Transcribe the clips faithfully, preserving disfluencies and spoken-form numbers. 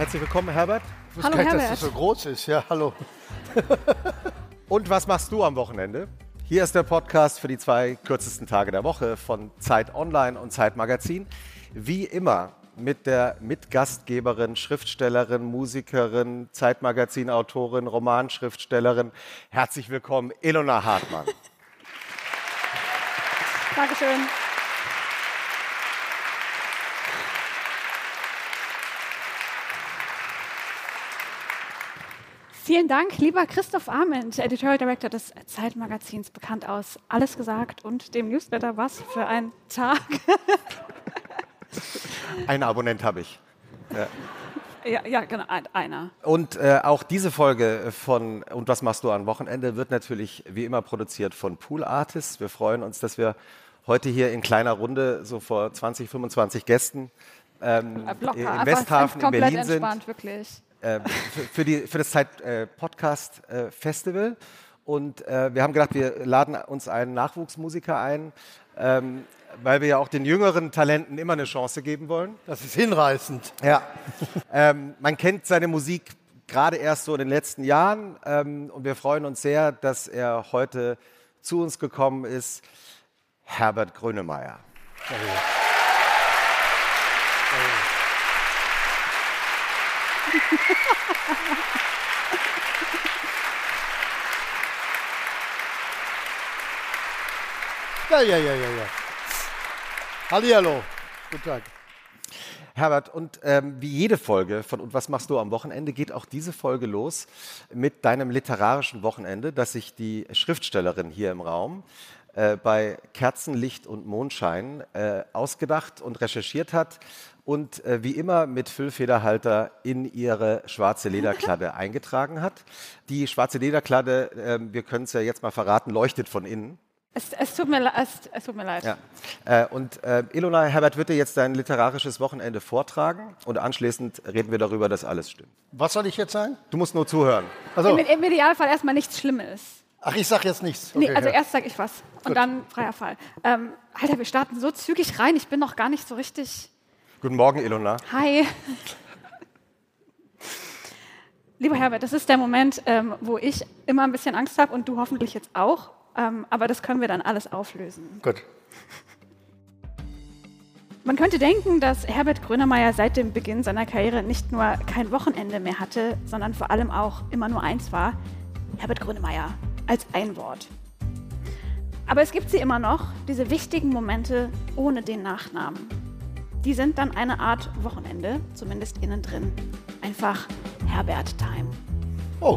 Herzlich willkommen, Herbert. Ich wusste gar nicht, dass das so groß ist. Ja, hallo. Und was machst du am Wochenende? Hier ist der Podcast für die zwei kürzesten Tage der Woche von Zeit Online und Zeit Magazin. Wie immer mit der Mitgastgeberin, Schriftstellerin, Musikerin, Zeitmagazin-Autorin, Romanschriftstellerin. Herzlich willkommen, Ilona Hartmann. Dankeschön. Vielen Dank, lieber Christoph Arment, Editorial Director des Zeitmagazins, bekannt aus Alles gesagt und dem Newsletter Was für ein Tag. Einen Abonnent habe ich. Ja. Ja, ja, genau, einer. Und äh, auch diese Folge von Und was machst du am Wochenende wird natürlich wie immer produziert von Pool Artists. Wir freuen uns, dass wir heute hier in kleiner Runde so vor zwanzig, fünfundzwanzig Gästen ähm, Locker, im Westhafen in Berlin komplett entspannt, sind. Wirklich. Äh, für, für, die, für das Zeit-Podcast-Festival. Äh, und äh, wir haben gedacht, wir laden uns einen Nachwuchsmusiker ein, ähm, weil wir ja auch den jüngeren Talenten immer eine Chance geben wollen. Das ist hinreißend. Ja. ähm, man kennt seine Musik gerade erst so in den letzten Jahren ähm, und wir freuen uns sehr, dass er heute zu uns gekommen ist. Herbert Grönemeyer. Oh. Ja, ja, ja, ja, ja. Hallihallo. Guten Tag. Herbert, und ähm, wie jede Folge von Und was machst du am Wochenende, geht auch diese Folge los mit deinem literarischen Wochenende, das sich die Schriftstellerin hier im Raum äh, bei Kerzenlicht und Mondschein äh, ausgedacht und recherchiert hat und äh, wie immer mit Füllfederhalter in ihre schwarze Lederkladde eingetragen hat. Die schwarze Lederkladde, äh, wir können es ja jetzt mal verraten, leuchtet von innen. Es, es, tut, mir, es, es tut mir leid. Ja. Äh, und äh, Ilona, Herbert wird dir jetzt dein literarisches Wochenende vortragen und anschließend reden wir darüber, dass alles stimmt. Was soll ich jetzt sagen? Du musst nur zuhören. Also, Im, Im Idealfall erstmal nichts Schlimmes. ach, ich sag jetzt nichts. Okay, nee, also ja. erst sage ich was und Gut. dann freier Fall. Ähm, Alter, wir starten so zügig rein. Ich bin noch gar nicht so richtig... Guten Morgen, Ilona. Hi. Lieber Herbert, das ist der Moment, ähm, wo ich immer ein bisschen Angst habe und du hoffentlich jetzt auch. Ähm, aber das können wir dann alles auflösen. Gut. Man könnte denken, dass Herbert Grönemeyer seit dem Beginn seiner Karriere nicht nur kein Wochenende mehr hatte, sondern vor allem auch immer nur eins war: Herbert Grönemeyer als ein Wort. Aber es gibt sie immer noch, diese wichtigen Momente ohne den Nachnamen. Die sind dann eine Art Wochenende, zumindest innen drin. Einfach Herbert-Time. Oh.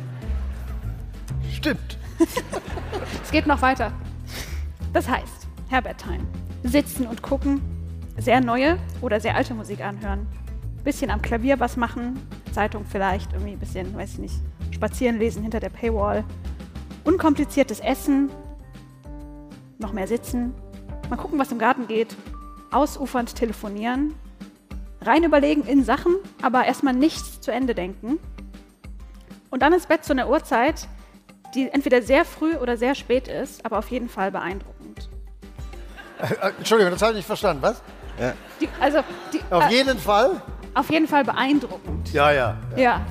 Stimmt. Es geht noch weiter. Das heißt, Herbert-Time. Sitzen und gucken, sehr neue oder sehr alte Musik anhören, bisschen am Klavier was machen, Zeitung vielleicht, irgendwie ein bisschen, weiß ich nicht, spazieren lesen hinter der Paywall, unkompliziertes Essen, noch mehr sitzen, mal gucken, was im Garten geht, ausufernd telefonieren, rein überlegen in Sachen, aber erstmal nichts zu Ende denken und dann ins Bett zu einer Uhrzeit, die entweder sehr früh oder sehr spät ist, aber auf jeden Fall beeindruckend. Äh, Entschuldigung, das habe ich nicht verstanden. Was? Ja. Die, also, die, Auf äh, jeden Fall? auf jeden Fall beeindruckend. Ja, ja. Ja.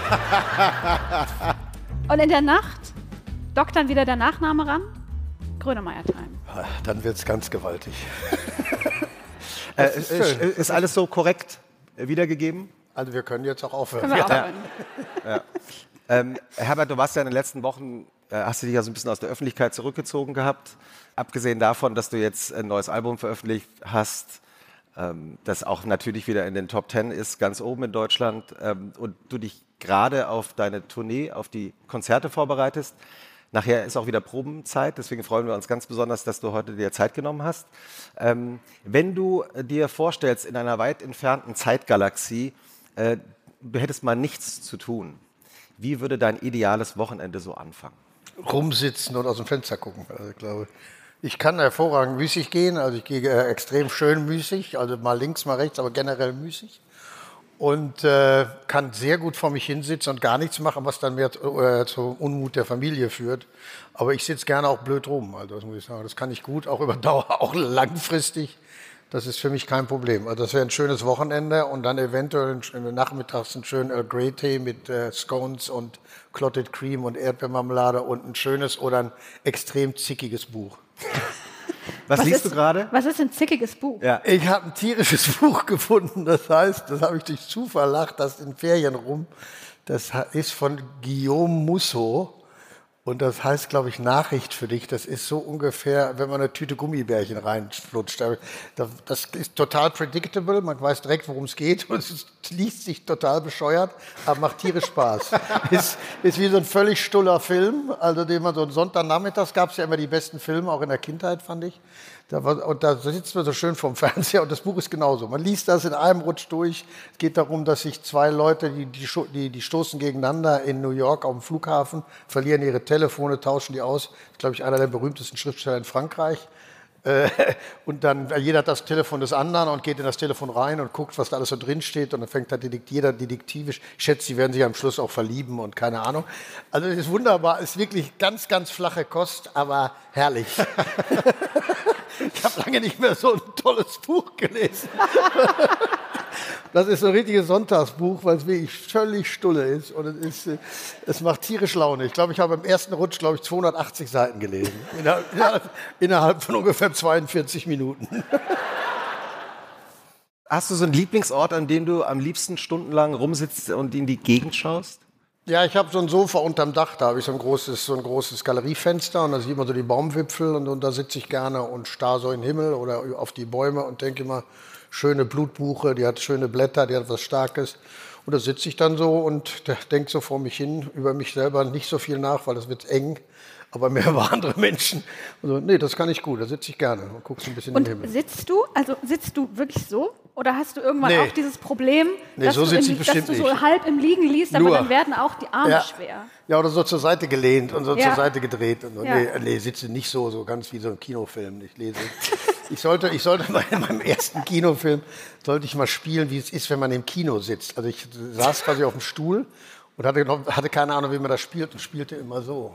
Und in der Nacht dockt dann wieder der Nachname ran. Grönemeyer-Time. Dann wird es ganz gewaltig. Äh, Das ist ist, schön. ist alles so korrekt äh, wiedergegeben? Also wir können jetzt auch aufhören. Können wir Ja. aufhören. Ähm, Herbert, du warst ja in den letzten Wochen, äh, hast du dich ja so ein bisschen aus der Öffentlichkeit zurückgezogen gehabt. Abgesehen davon, dass du jetzt ein neues Album veröffentlicht hast, ähm, das auch natürlich wieder in den Top Ten ist, ganz oben in Deutschland, ähm, und du dich gerade auf deine Tournee, auf die Konzerte vorbereitest. Nachher ist auch wieder Probenzeit, deswegen freuen wir uns ganz besonders, dass du heute dir Zeit genommen hast. Ähm, wenn du dir vorstellst, in einer weit entfernten Zeitgalaxie, äh, du hättest mal nichts zu tun, wie würde dein ideales Wochenende so anfangen? Rumsitzen und aus dem Fenster gucken. Also ich glaube, ich kann hervorragend müßig gehen. Also ich gehe äh, extrem schön müßig, also mal links, mal rechts, aber generell müßig. Und äh, kann sehr gut vor mich hinsitzen und gar nichts machen, was dann mehr äh, zum Unmut der Familie führt. Aber ich sitze gerne auch blöd rum. Also das muss ich sagen, das kann ich gut, auch über Dauer, auch langfristig. Das ist für mich kein Problem. Also das wäre ein schönes Wochenende und dann eventuell nachmittags einen schönen Earl Grey Tee mit äh, Scones und Clotted Cream und Erdbeermarmelade und ein schönes oder ein extrem zickiges Buch. Was, Was liest ist- du gerade? Was ist ein zickiges Buch? Ja. Ich habe ein tierisches Buch gefunden, das heißt, das habe ich durch Zufall lacht, das in Ferien rum. Das ha- ist von Guillaume Musso und das heißt, glaube ich, Nachricht für dich. Das ist so ungefähr, wenn man eine Tüte Gummibärchen reinflutscht. Das, das ist total predictable, man weiß direkt, worum es geht und es ist, liest sich total bescheuert, aber macht tierisch Spaß. ist, ist wie so ein völlig stuller Film, also den man so einen Sonntagnachmittags gab es ja immer die besten Filme, auch in der Kindheit, fand ich. Da war, und da sitzt man so schön vorm Fernseher und das Buch ist genauso. Man liest das in einem Rutsch durch. Es geht darum, dass sich zwei Leute, die, die, scho- die, die stoßen gegeneinander in New York auf dem Flughafen, verlieren ihre Telefone, tauschen die aus. Das ist, glaube ich, einer der berühmtesten Schriftsteller in Frankreich. Äh, und dann, jeder hat das Telefon des anderen und geht in das Telefon rein und guckt, was da alles so drin steht. Und dann fängt dann Detek- jeder detektivisch. Ich schätze, sie werden sich am Schluss auch verlieben und keine Ahnung. Also es ist wunderbar, es ist wirklich ganz, ganz flache Kost, aber herrlich. Ich habe lange nicht mehr so ein tolles Buch gelesen. Das ist so ein richtiges Sonntagsbuch, weil es wirklich völlig stulle ist und es, ist, äh, es macht tierisch Laune. Ich glaube, ich habe im ersten Rutsch, glaube ich, zweihundertachtzig Seiten gelesen. Innerhalb, innerhalb, innerhalb von ungefähr zweiundvierzig Minuten. Hast du so einen Lieblingsort, an dem du am liebsten stundenlang rumsitzt und in die Gegend schaust? Ja, ich habe so ein Sofa unterm Dach, da habe ich so ein großes, so ein großes Galeriefenster und da sieht man so die Baumwipfel und, und da sitze ich gerne und starr so in den Himmel oder auf die Bäume und denke immer, schöne Blutbuche, die hat schöne Blätter, die hat was Starkes. Und da sitze ich dann so und denke so vor mich hin, über mich selber nicht so viel nach, weil das wird eng. Aber mehr über andere Menschen. Also, nee, das kann ich gut, da sitze ich gerne und gucke so ein bisschen Und in den Himmel. sitzt du, also sitzt du wirklich so? Oder hast du irgendwann Nee. auch dieses Problem, Nee, dass, so du, sitz in, ich dass bestimmt du so nicht. halb im Liegen liest, aber Nur. dann werden auch die Arme Ja. schwer? Ja, oder so zur Seite gelehnt und so Ja. zur Seite gedreht. Und so. Ja. Nee, nee, sitze nicht so, so ganz wie so ein Kinofilm. Ich lese. Ich sollte, ich sollte mal in meinem ersten Kinofilm, sollte ich mal spielen, wie es ist, wenn man im Kino sitzt. Also ich saß quasi auf dem Stuhl und hatte, noch, hatte keine Ahnung, wie man das spielt und spielte immer so.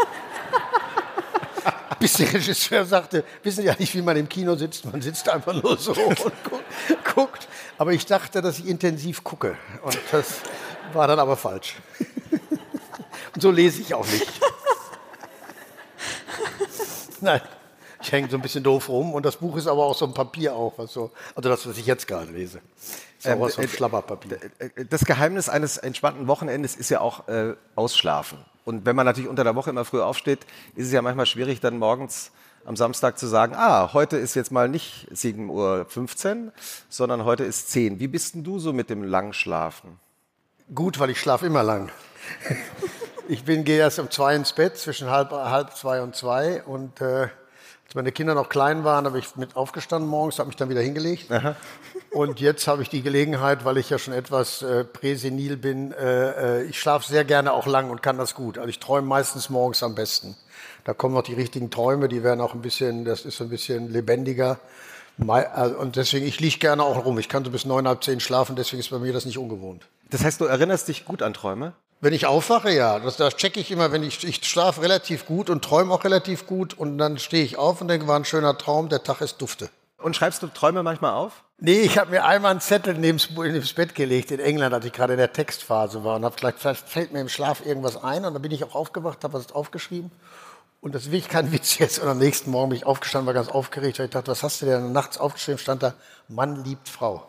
Bis der Regisseur sagte, wissen Sie ja nicht, wie man im Kino sitzt, man sitzt einfach nur so und guckt, guckt. Aber ich dachte, dass ich intensiv gucke und das war dann aber falsch. Und so lese ich auch nicht. Nein, ich hänge so ein bisschen doof rum und das Buch ist aber auch so ein Papier auch, was so, also das, was ich jetzt gerade lese. Ist auch Ähm, was so ein äh, Schlabberpapier. Das Geheimnis eines entspannten Wochenendes ist ja auch äh, Ausschlafen. Und wenn man natürlich unter der Woche immer früh aufsteht, ist es ja manchmal schwierig, dann morgens am Samstag zu sagen, ah, heute ist jetzt mal nicht sieben Uhr fünfzehn, sondern heute ist zehn. Wie bist denn du so mit dem langen Schlafen? Gut, weil ich schlafe immer lang. Ich bin, gehe erst um zwei ins Bett, zwischen halb, halb zwei und zwei. Und äh, als meine Kinder noch klein waren, habe ich mit aufgestanden morgens, habe mich dann wieder hingelegt. Aha. Und jetzt habe ich die Gelegenheit, weil ich ja schon etwas äh, präsenil bin, äh, äh, ich schlafe sehr gerne auch lang und kann das gut. Also ich träume meistens morgens am besten. Da kommen noch die richtigen Träume, die werden auch ein bisschen, das ist so ein bisschen lebendiger. Mei- also, Und deswegen, ich liege gerne auch rum. Ich kann so bis neun, halb zehn schlafen, deswegen ist bei mir das nicht ungewohnt. Das heißt, du erinnerst dich gut an Träume? Wenn ich aufwache, ja, das, das checke ich immer, wenn ich, ich schlafe relativ gut und träume auch relativ gut und dann stehe ich auf und denke, war ein schöner Traum, der Tag ist dufte. Und schreibst du Träume manchmal auf? Nee, ich habe mir einmal einen Zettel neben's, neben's Bett gelegt in England, als ich gerade in der Textphase war und habe vielleicht, vielleicht fällt mir im Schlaf irgendwas ein und dann bin ich auch aufgewacht, habe was aufgeschrieben und das ist wirklich kein Witz jetzt und am nächsten Morgen bin ich aufgestanden, war ganz aufgeregt, weil ich dachte, was hast du denn nachts aufgeschrieben, stand da, Mann liebt Frau.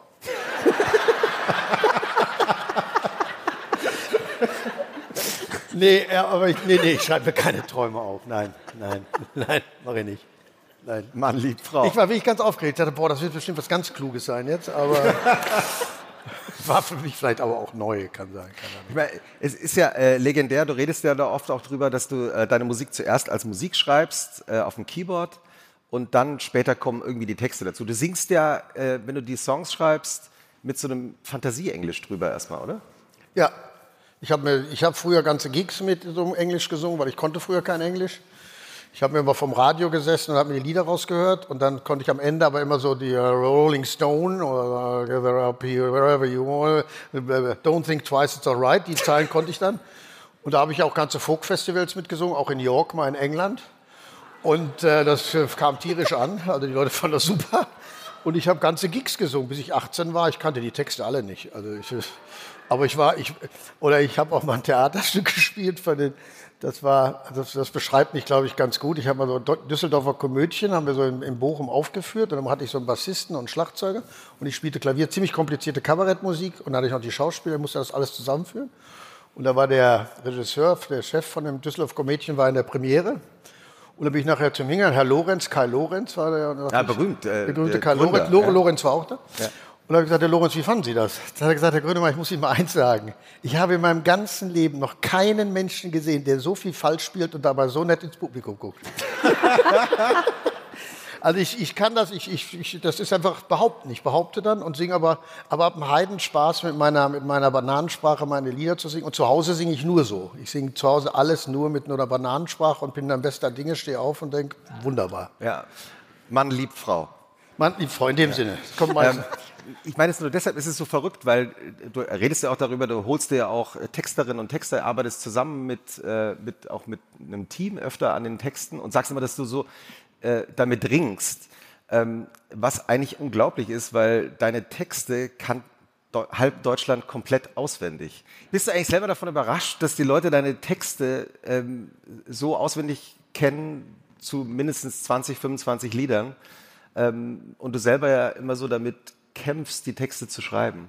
Nee, ja, aber ich, nee, nee, ich schreibe mir keine Träume auf. Nein, nein, nein, mache ich nicht. Nein. Mann liebt Frau. Ich war wirklich ganz aufgeregt. Ich dachte, boah, das wird bestimmt was ganz Kluges sein jetzt, aber war für mich vielleicht aber auch neu, kann sein. Keine Ahnung. Ich meine, es ist ja äh, legendär, du redest ja da oft auch drüber, dass du äh, deine Musik zuerst als Musik schreibst, äh, auf dem Keyboard und dann später kommen irgendwie die Texte dazu. Du singst ja, äh, wenn du die Songs schreibst, mit so einem Fantasie-Englisch drüber erstmal, oder? Ja, ich habe hab früher ganze Gigs mit so einem Englisch gesungen, weil ich konnte früher kein Englisch. Ich habe mir immer vom Radio gesessen und habe mir die Lieder rausgehört und dann konnte ich am Ende aber immer so die uh, Rolling Stone oder uh, wherever you want, Don't Think Twice, It's Alright, die Zeilen konnte ich dann. Und da habe ich auch ganze Folk-Festivals mitgesungen, auch in York, mal in England. Und äh, das kam tierisch an, also die Leute fanden das super. Und ich habe ganze Gigs gesungen, bis ich achtzehn war. Ich kannte die Texte alle nicht. Also ich, aber ich war, ich, oder ich habe auch mal ein Theaterstück gespielt von den, das war, das, das beschreibt mich, glaube ich, ganz gut. Ich habe mal so Düsseldorfer Komödien, haben wir so in, in Bochum aufgeführt. Und dann hatte ich so einen Bassisten und einen Schlagzeuger. Und ich spielte Klavier, ziemlich komplizierte Kabarettmusik. Und dann hatte ich noch die Schauspieler, musste das alles zusammenführen. Und da war der Regisseur, der Chef von dem Düsseldorfer Komödien, war in der Premiere. Und dann bin ich nachher zum Hingern, Herr Lorenz, Kai Lorenz war der. Ja, berühmt. Äh, der berühmte äh, Kai Gründer, Lorenz. Lore, ja. Lorenz war auch da. Ja. Und dann habe ich gesagt, Herr Lorenz, wie fanden Sie das? Dann hat er gesagt, Herr Grönemeyer, ich muss Ihnen mal eins sagen. Ich habe in meinem ganzen Leben noch keinen Menschen gesehen, der so viel falsch spielt und dabei so nett ins Publikum guckt. Also ich, ich kann das, ich, ich, ich, das ist einfach behaupten. Ich behaupte dann und singe aber, aber habe einen Heidenspaß mit meiner, mit meiner Bananensprache meine Lieder zu singen. Und zu Hause singe ich nur so. Ich singe zu Hause alles nur mit nur einer Bananensprache und bin dann bester Dinge, stehe auf und denke, wunderbar. Ja. Mann liebt Frau. Mann liebt Frau, in dem ja. Sinne. Kommt ähm, ich meine es nur deshalb, ist es so verrückt, weil du redest ja auch darüber, du holst dir ja auch Texterinnen und Texter, arbeitest zusammen mit, äh, mit, auch mit einem Team öfter an den Texten und sagst immer, dass du so äh, damit ringst, ähm, was eigentlich unglaublich ist, weil deine Texte kann do- halb Deutschland komplett auswendig. Bist du eigentlich selber davon überrascht, dass die Leute deine Texte ähm, so auswendig kennen, zu mindestens zwanzig, fünfundzwanzig Liedern, ähm, und du selber ja immer so damit kämpfst, die Texte zu schreiben?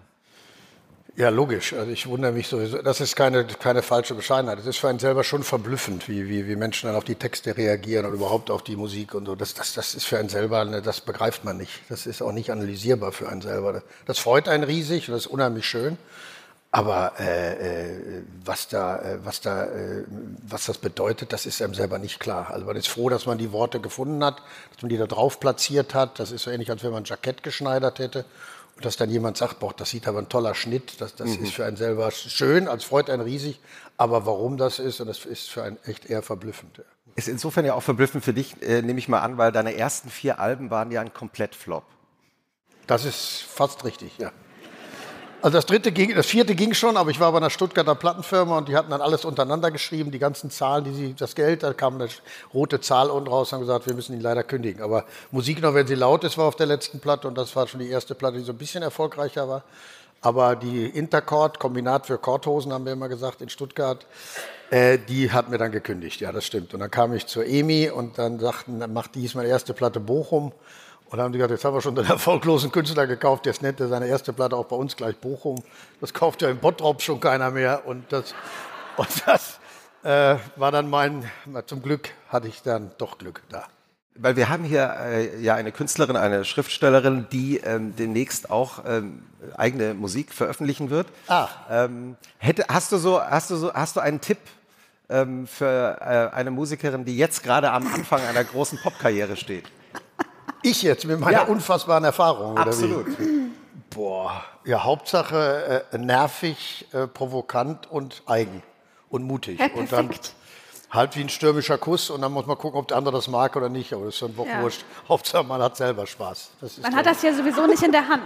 Ja, logisch. Also ich wundere mich sowieso. Das ist keine, keine falsche Bescheidenheit. Es ist für einen selber schon verblüffend, wie, wie, wie Menschen dann auf die Texte reagieren und überhaupt auf die Musik und so. Das, das, das ist für einen selber, das begreift man nicht. Das ist auch nicht analysierbar für einen selber. Das freut einen riesig und das ist unheimlich schön. Aber äh, äh, was da, äh, was da, äh, was das bedeutet, das ist einem selber nicht klar. Also man ist froh, dass man die Worte gefunden hat, dass man die da drauf platziert hat. Das ist so ähnlich, als wenn man ein Jackett geschneidert hätte. Und dass dann jemand sagt, boah, das sieht aber ein toller Schnitt. Das, das mhm. ist für einen selber schön, als freut einen riesig. Aber warum das ist, und das ist für einen echt eher verblüffend. Ja. Ist insofern ja auch verblüffend für dich, äh, nehme ich mal an, weil deine ersten vier Alben waren ja ein Komplettflop. Das ist fast richtig, ja. Also das dritte ging, das vierte ging schon, aber ich war bei einer Stuttgarter Plattenfirma und die hatten dann alles untereinander geschrieben, die ganzen Zahlen, die sie, das Geld, da kam eine rote Zahl unten raus und haben gesagt, wir müssen ihn leider kündigen. Aber Musik noch, wenn sie laut ist, war auf der letzten Platte und das war schon die erste Platte, die so ein bisschen erfolgreicher war. Aber die Intercord, Kombinat für Korthosen, haben wir immer gesagt, in Stuttgart, äh, die hat mir dann gekündigt, ja, das stimmt. Und dann kam ich zur E M I und dann sagten, dann macht die ist meine erste Platte Bochum. Und dann haben die gesagt, jetzt haben wir schon den erfolglosen Künstler gekauft, jetzt nennt er seine erste Platte auch bei uns gleich Bochum. Das kauft ja in Bottrop schon keiner mehr. Und das, und das äh, war dann mein, zum Glück hatte ich dann doch Glück da. Weil wir haben hier äh, ja eine Künstlerin, eine Schriftstellerin, die ähm, demnächst auch ähm, eigene Musik veröffentlichen wird. Ah. Ähm, hätte, hast du so, hast du so, hast du einen Tipp ähm, für äh, eine Musikerin, die jetzt gerade am Anfang einer großen Popkarriere steht? Ich jetzt mit meiner ja. unfassbaren Erfahrung. Absolut. Oder wie? Boah, ja, Hauptsache äh, nervig, äh, provokant und eigen und mutig. Ja, und dann halt wie ein stürmischer Kuss und dann muss man gucken, ob der andere das mag oder nicht. Aber das ist schon wurscht. Ja. Hauptsache, man hat selber Spaß. Das ist man hat das ja sowieso nicht in der Hand.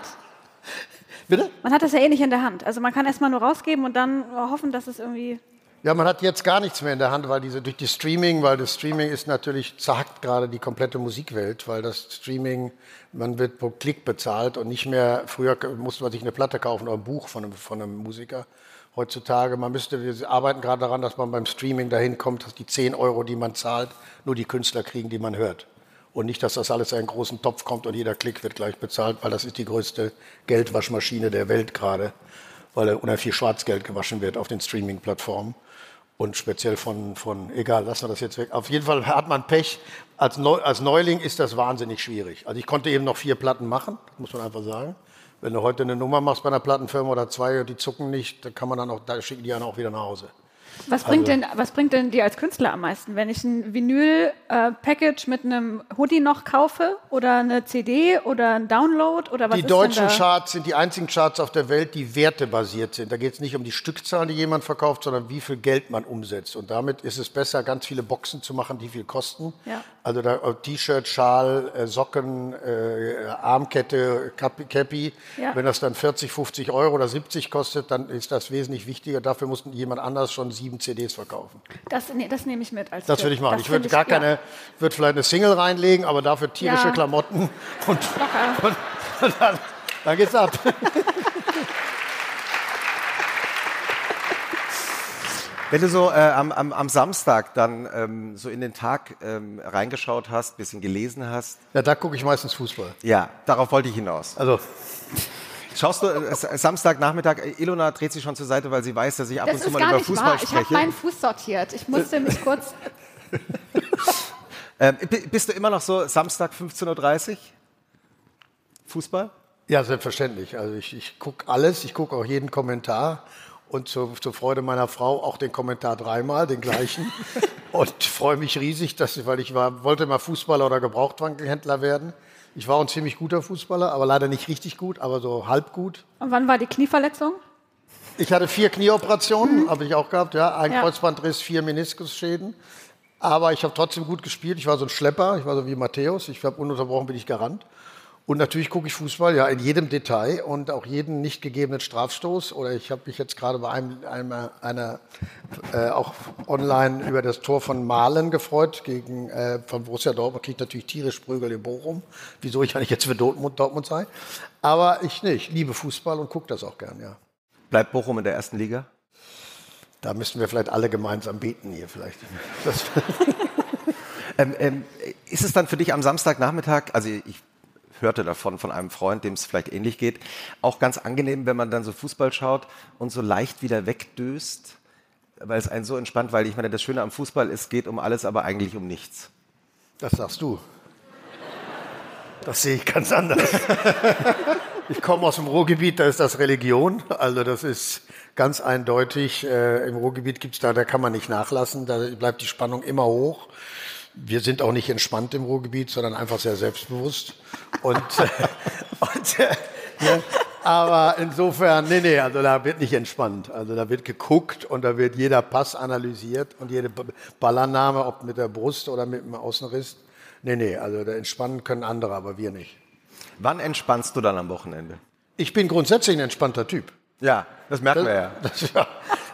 Bitte? Man hat das ja eh nicht in der Hand. Also man kann erst mal nur rausgeben und dann hoffen, dass es irgendwie... Ja, man hat jetzt gar nichts mehr in der Hand, weil diese durch die Streaming, weil das Streaming ist natürlich zagt gerade die komplette Musikwelt, weil das Streaming, man wird pro Klick bezahlt und nicht mehr, früher musste man sich eine Platte kaufen oder ein Buch von einem, von einem Musiker. Heutzutage, man müsste, wir arbeiten gerade daran, dass man beim Streaming dahin kommt, dass die zehn Euro, die man zahlt, nur die Künstler kriegen, die man hört. Und nicht, dass das alles in einen großen Topf kommt und jeder Klick wird gleich bezahlt, weil das ist die größte Geldwaschmaschine der Welt gerade, weil da unheimlich viel Schwarzgeld gewaschen wird auf den Streaming-Plattformen. Und speziell von, von, egal, lassen wir das jetzt weg. Auf jeden Fall hat man Pech. Als, Neu, als Neuling ist das wahnsinnig schwierig. Also ich konnte eben noch vier Platten machen, muss man einfach sagen. Wenn du heute eine Nummer machst bei einer Plattenfirma oder zwei und die zucken nicht, dann kann man dann auch, da schicken die dann auch wieder nach Hause. Was bringt, also, denn, was bringt denn dir als Künstler am meisten? Wenn ich ein Vinyl-Package äh, mit einem Hoodie noch kaufe oder eine C D oder ein Download oder was die ist deutschen denn da? Charts sind die einzigen Charts auf der Welt, die wertebasiert sind. Da geht es nicht um die Stückzahlen, die jemand verkauft, sondern wie viel Geld man umsetzt. Und damit ist es besser, ganz viele Boxen zu machen, die viel kosten. Ja. Also da T-Shirt, Schal, äh, Socken, äh, Armkette, Cappy. Ja. Wenn das dann vierzig, fünfzig Euro oder siebzig kostet, dann ist das wesentlich wichtiger. Dafür muss jemand anders schon sieben C Ds verkaufen. Das, nee, das nehme ich mit als Das würde ich machen. Das ich würde gar ich, keine, ja. würde vielleicht eine Single reinlegen, aber dafür tierische ja. Klamotten und, und, Und dann, dann geht's ab. Wenn du so äh, am, am, am Samstag dann ähm, so in den Tag ähm, reingeschaut hast, ein bisschen gelesen hast. Ja, da gucke ich meistens Fußball. Ja, darauf wollte ich hinaus. Also, schaust du äh, Samstagnachmittag, Ilona dreht sich schon zur Seite, weil sie weiß, dass ich ab Das und zu ist mal gar über nicht Fußball wahr. Ich spreche. habe meinen Fuß sortiert. Ich musste mich kurz... ähm, bist du immer noch so Samstag fünfzehn Uhr dreißig? Fußball? ja, selbstverständlich. Also ich, ich gucke alles, ich gucke auch jeden Kommentar. Und zur, zur Freude meiner Frau auch den Kommentar dreimal, den gleichen. Und freue mich riesig, dass ich, weil ich war, wollte mal Fußballer oder Gebrauchtwagenhändler werden. Ich war ein ziemlich guter Fußballer, aber leider nicht richtig gut, aber so halb gut. Und wann war die Knieverletzung? Ich hatte vier Knieoperationen, mhm. habe ich auch gehabt, ja. Ein ja. Kreuzbandriss, vier Meniskusschäden. Aber ich habe trotzdem gut gespielt. Ich war so ein Schlepper, ich war so wie Matthäus. Ich habe ununterbrochen bin ich gerannt. Und natürlich gucke ich Fußball, ja, in jedem Detail und auch jeden nicht gegebenen Strafstoß. Oder ich habe mich jetzt gerade bei einem, einem einer, äh, auch online über das Tor von Malen gefreut, gegen, äh, von Borussia Dortmund. Kriegt natürlich tierisch Prügel in Bochum. Wieso ich eigentlich jetzt für Dortmund, Dortmund sei. Aber ich, nee, ich liebe Fußball und gucke das auch gern, ja. Bleibt Bochum in der ersten Liga? Da müssten wir vielleicht alle gemeinsam beten hier vielleicht. Das ähm, ähm, ist es dann für dich am Samstagnachmittag, also ich hörte davon von einem Freund, dem es vielleicht ähnlich geht, auch ganz angenehm, wenn man dann so Fußball schaut und so leicht wieder wegdöst, weil es einen so entspannt, weil ich meine, das Schöne am Fußball ist, es geht um alles, aber eigentlich um nichts. Das sagst du. Das sehe ich ganz anders. Ich komme aus dem Ruhrgebiet, da ist das Religion, also das ist ganz eindeutig, äh, im Ruhrgebiet gibt's da, da kann man nicht nachlassen, da bleibt die Spannung immer hoch. Wir sind auch nicht entspannt im Ruhrgebiet, sondern einfach sehr selbstbewusst. Und, äh, und äh, ja, aber insofern, nee, nee, also da wird nicht entspannt. Also da wird geguckt und da wird jeder Pass analysiert und jede Ballannahme, ob mit der Brust oder mit dem Außenriss. Nee, nee, also da entspannen können andere, aber wir nicht. Wann entspannst du dann am Wochenende? Ich bin grundsätzlich ein entspannter Typ. Ja, das merken das, wir ja. Das, ja.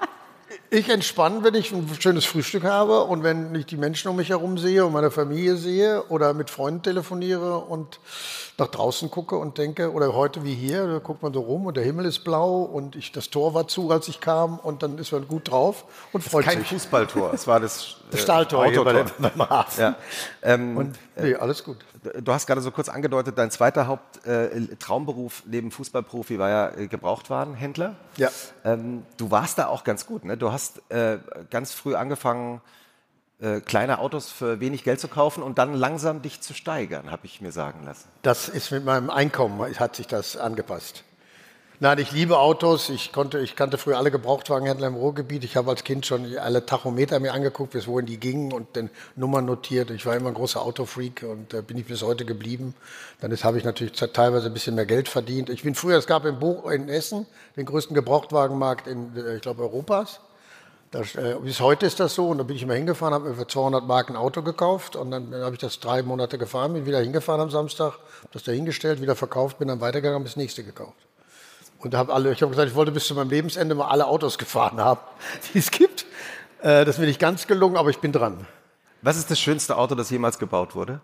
Ich entspanne, wenn ich ein schönes Frühstück habe und wenn ich die Menschen um mich herum sehe und meine Familie sehe oder mit Freunden telefoniere und nach draußen gucke und denke, oder heute wie hier, da guckt man so rum und der Himmel ist blau und ich, das Tor war zu, als ich kam und dann ist man gut drauf und freut Kein sich. Kein Fußballtor, es war das, das Stahltor hier bei beim Hafen. Ja. Ähm, und nee, alles gut. Du hast gerade so kurz angedeutet, dein zweiter Haupttraumberuf äh, neben Fußballprofi war ja äh, Gebrauchtwarenhändler. Ja. Ähm, du warst da auch ganz gut, ne? Du hast äh, ganz früh angefangen, äh, kleine Autos für wenig Geld zu kaufen und dann langsam dich zu steigern, habe ich mir sagen lassen. Das ist mit meinem Einkommen, hat sich das angepasst. Nein, ich liebe Autos. Ich, konnte, ich kannte früher alle Gebrauchtwagenhändler im Ruhrgebiet. Ich habe als Kind schon alle Tachometer mir angeguckt, bis wohin die gingen und den Nummern notiert. Ich war immer ein großer Autofreak und äh, bin ich bis heute geblieben. Dann habe ich natürlich teilweise ein bisschen mehr Geld verdient. Ich bin früher, es gab in, Bo in Essen den größten Gebrauchtwagenmarkt in, äh, ich glaube, Europas. Das, äh, bis heute ist das so. Und da bin ich immer hingefahren, habe mir für zweihundert Mark ein Auto gekauft. Und dann, dann habe ich das drei Monate gefahren, bin wieder hingefahren am Samstag, habe das da hingestellt, wieder verkauft, bin dann weitergegangen, habe das nächste gekauft. Und habe alle, ich habe gesagt, ich wollte bis zu meinem Lebensende mal alle Autos gefahren haben, die es gibt. Äh, das ist mir nicht ganz gelungen, aber ich bin dran. Was ist das schönste Auto, das jemals gebaut wurde?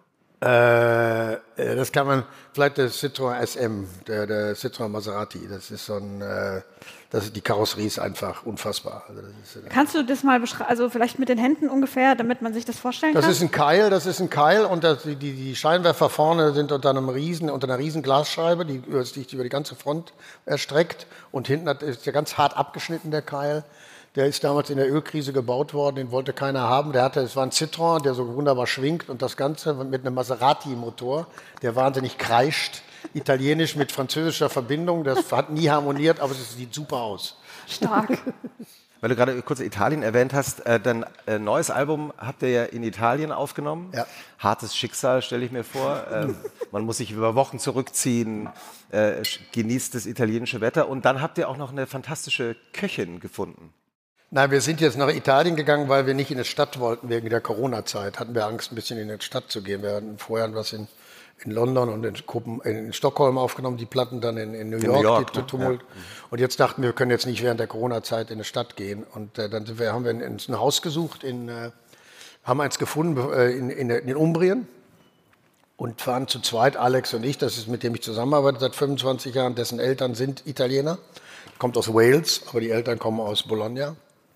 Äh, das kann man, vielleicht der Citroën S M, der, der Citroën Maserati. Das ist so ein, äh, das ist, die Karosserie ist einfach unfassbar. Also das ist, äh, Kannst du das mal beschreiben, also vielleicht mit den Händen ungefähr, damit man sich das vorstellen das kann? ist ein Keil, das ist ein Keil und das, die, die Scheinwerfer vorne sind unter einem riesen, unter einer riesen Glasscheibe, die sich über die ganze Front erstreckt und hinten hat, ist der ganz hart abgeschnitten, der Keil. Der ist damals in der Ölkrise gebaut worden, den wollte keiner haben. Der hatte, es war ein Citroën, der so wunderbar schwingt und das Ganze mit einem Maserati-Motor, der wahnsinnig kreischt. Italienisch mit französischer Verbindung, das hat nie harmoniert, aber es sieht super aus. Stark. Weil du gerade kurz Italien erwähnt hast, äh, dein äh, neues Album habt ihr ja in Italien aufgenommen. Ja. Hartes Schicksal, stelle ich mir vor. Ähm, man muss sich über Wochen zurückziehen, äh, genießt das italienische Wetter und dann habt ihr auch noch eine fantastische Köchin gefunden. Nein, wir sind jetzt nach Italien gegangen, weil wir nicht in die Stadt wollten wegen der Corona-Zeit. Hatten wir Angst, ein bisschen in die Stadt zu gehen. Wir hatten vorher was in, in London und in, Gruppen, in Stockholm aufgenommen, die Platten dann in, in New York, in New York die ne? Tumult. Ja. Und jetzt dachten wir, wir können jetzt nicht während der Corona-Zeit in die Stadt gehen. Und äh, dann sind wir, haben wir uns ein Haus gesucht, in, äh, haben eins gefunden äh, in, in, in Umbrien. und fahren zu zweit, Alex und ich, das ist mit dem ich zusammenarbeite seit fünfundzwanzig Jahren, dessen Eltern sind Italiener, kommt aus Wales, aber die Eltern kommen aus Bologna.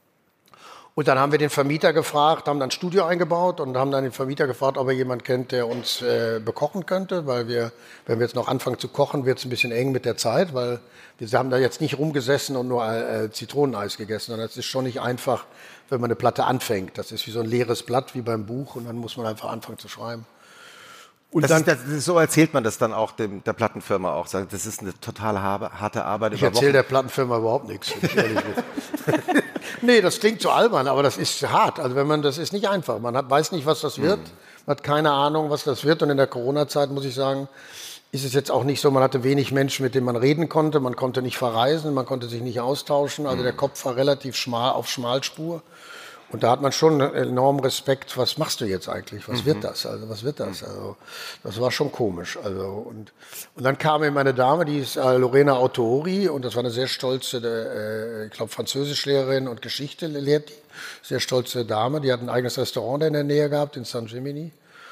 Und dann haben wir den Vermieter gefragt, haben dann ein Studio eingebaut und haben dann den Vermieter gefragt, ob er jemanden kennt, der uns äh, bekochen könnte, weil wir, wenn wir jetzt noch anfangen zu kochen, wird es ein bisschen eng mit der Zeit, weil wir haben da jetzt nicht rumgesessen und nur äh, Zitroneneis gegessen, sondern es ist schon nicht einfach, wenn man eine Platte anfängt. Das ist wie so ein leeres Blatt, wie beim Buch, und dann muss man einfach anfangen zu schreiben. Und das dann, ist, das ist, so erzählt man das dann auch dem, der Plattenfirma auch. Das ist eine total harte Arbeit. Ich erzähle der Plattenfirma überhaupt nichts, wenn ich ehrlich bin. Nee, das klingt so albern, aber das ist hart. Also wenn man, das ist nicht einfach. Man hat, weiß nicht, was das wird. Man hat keine Ahnung, was das wird. Und in der Corona-Zeit, muss ich sagen, ist es jetzt auch nicht so, man hatte wenig Menschen, mit denen man reden konnte. Man konnte nicht verreisen, man konnte sich nicht austauschen. Also der Kopf war relativ schmal, auf Schmalspur. Und da hat man schon enormen Respekt, was machst du jetzt eigentlich? Was mhm. wird das? Also was wird das? Also das war schon komisch. Also und, und dann kam eben meine Dame, die ist äh, Lorena Autori, und das war eine sehr stolze, äh, ich glaube Französischlehrerin und Geschichte lehrt die. Sehr stolze Dame, die hat ein eigenes Restaurant in der Nähe gehabt, in San Gimini.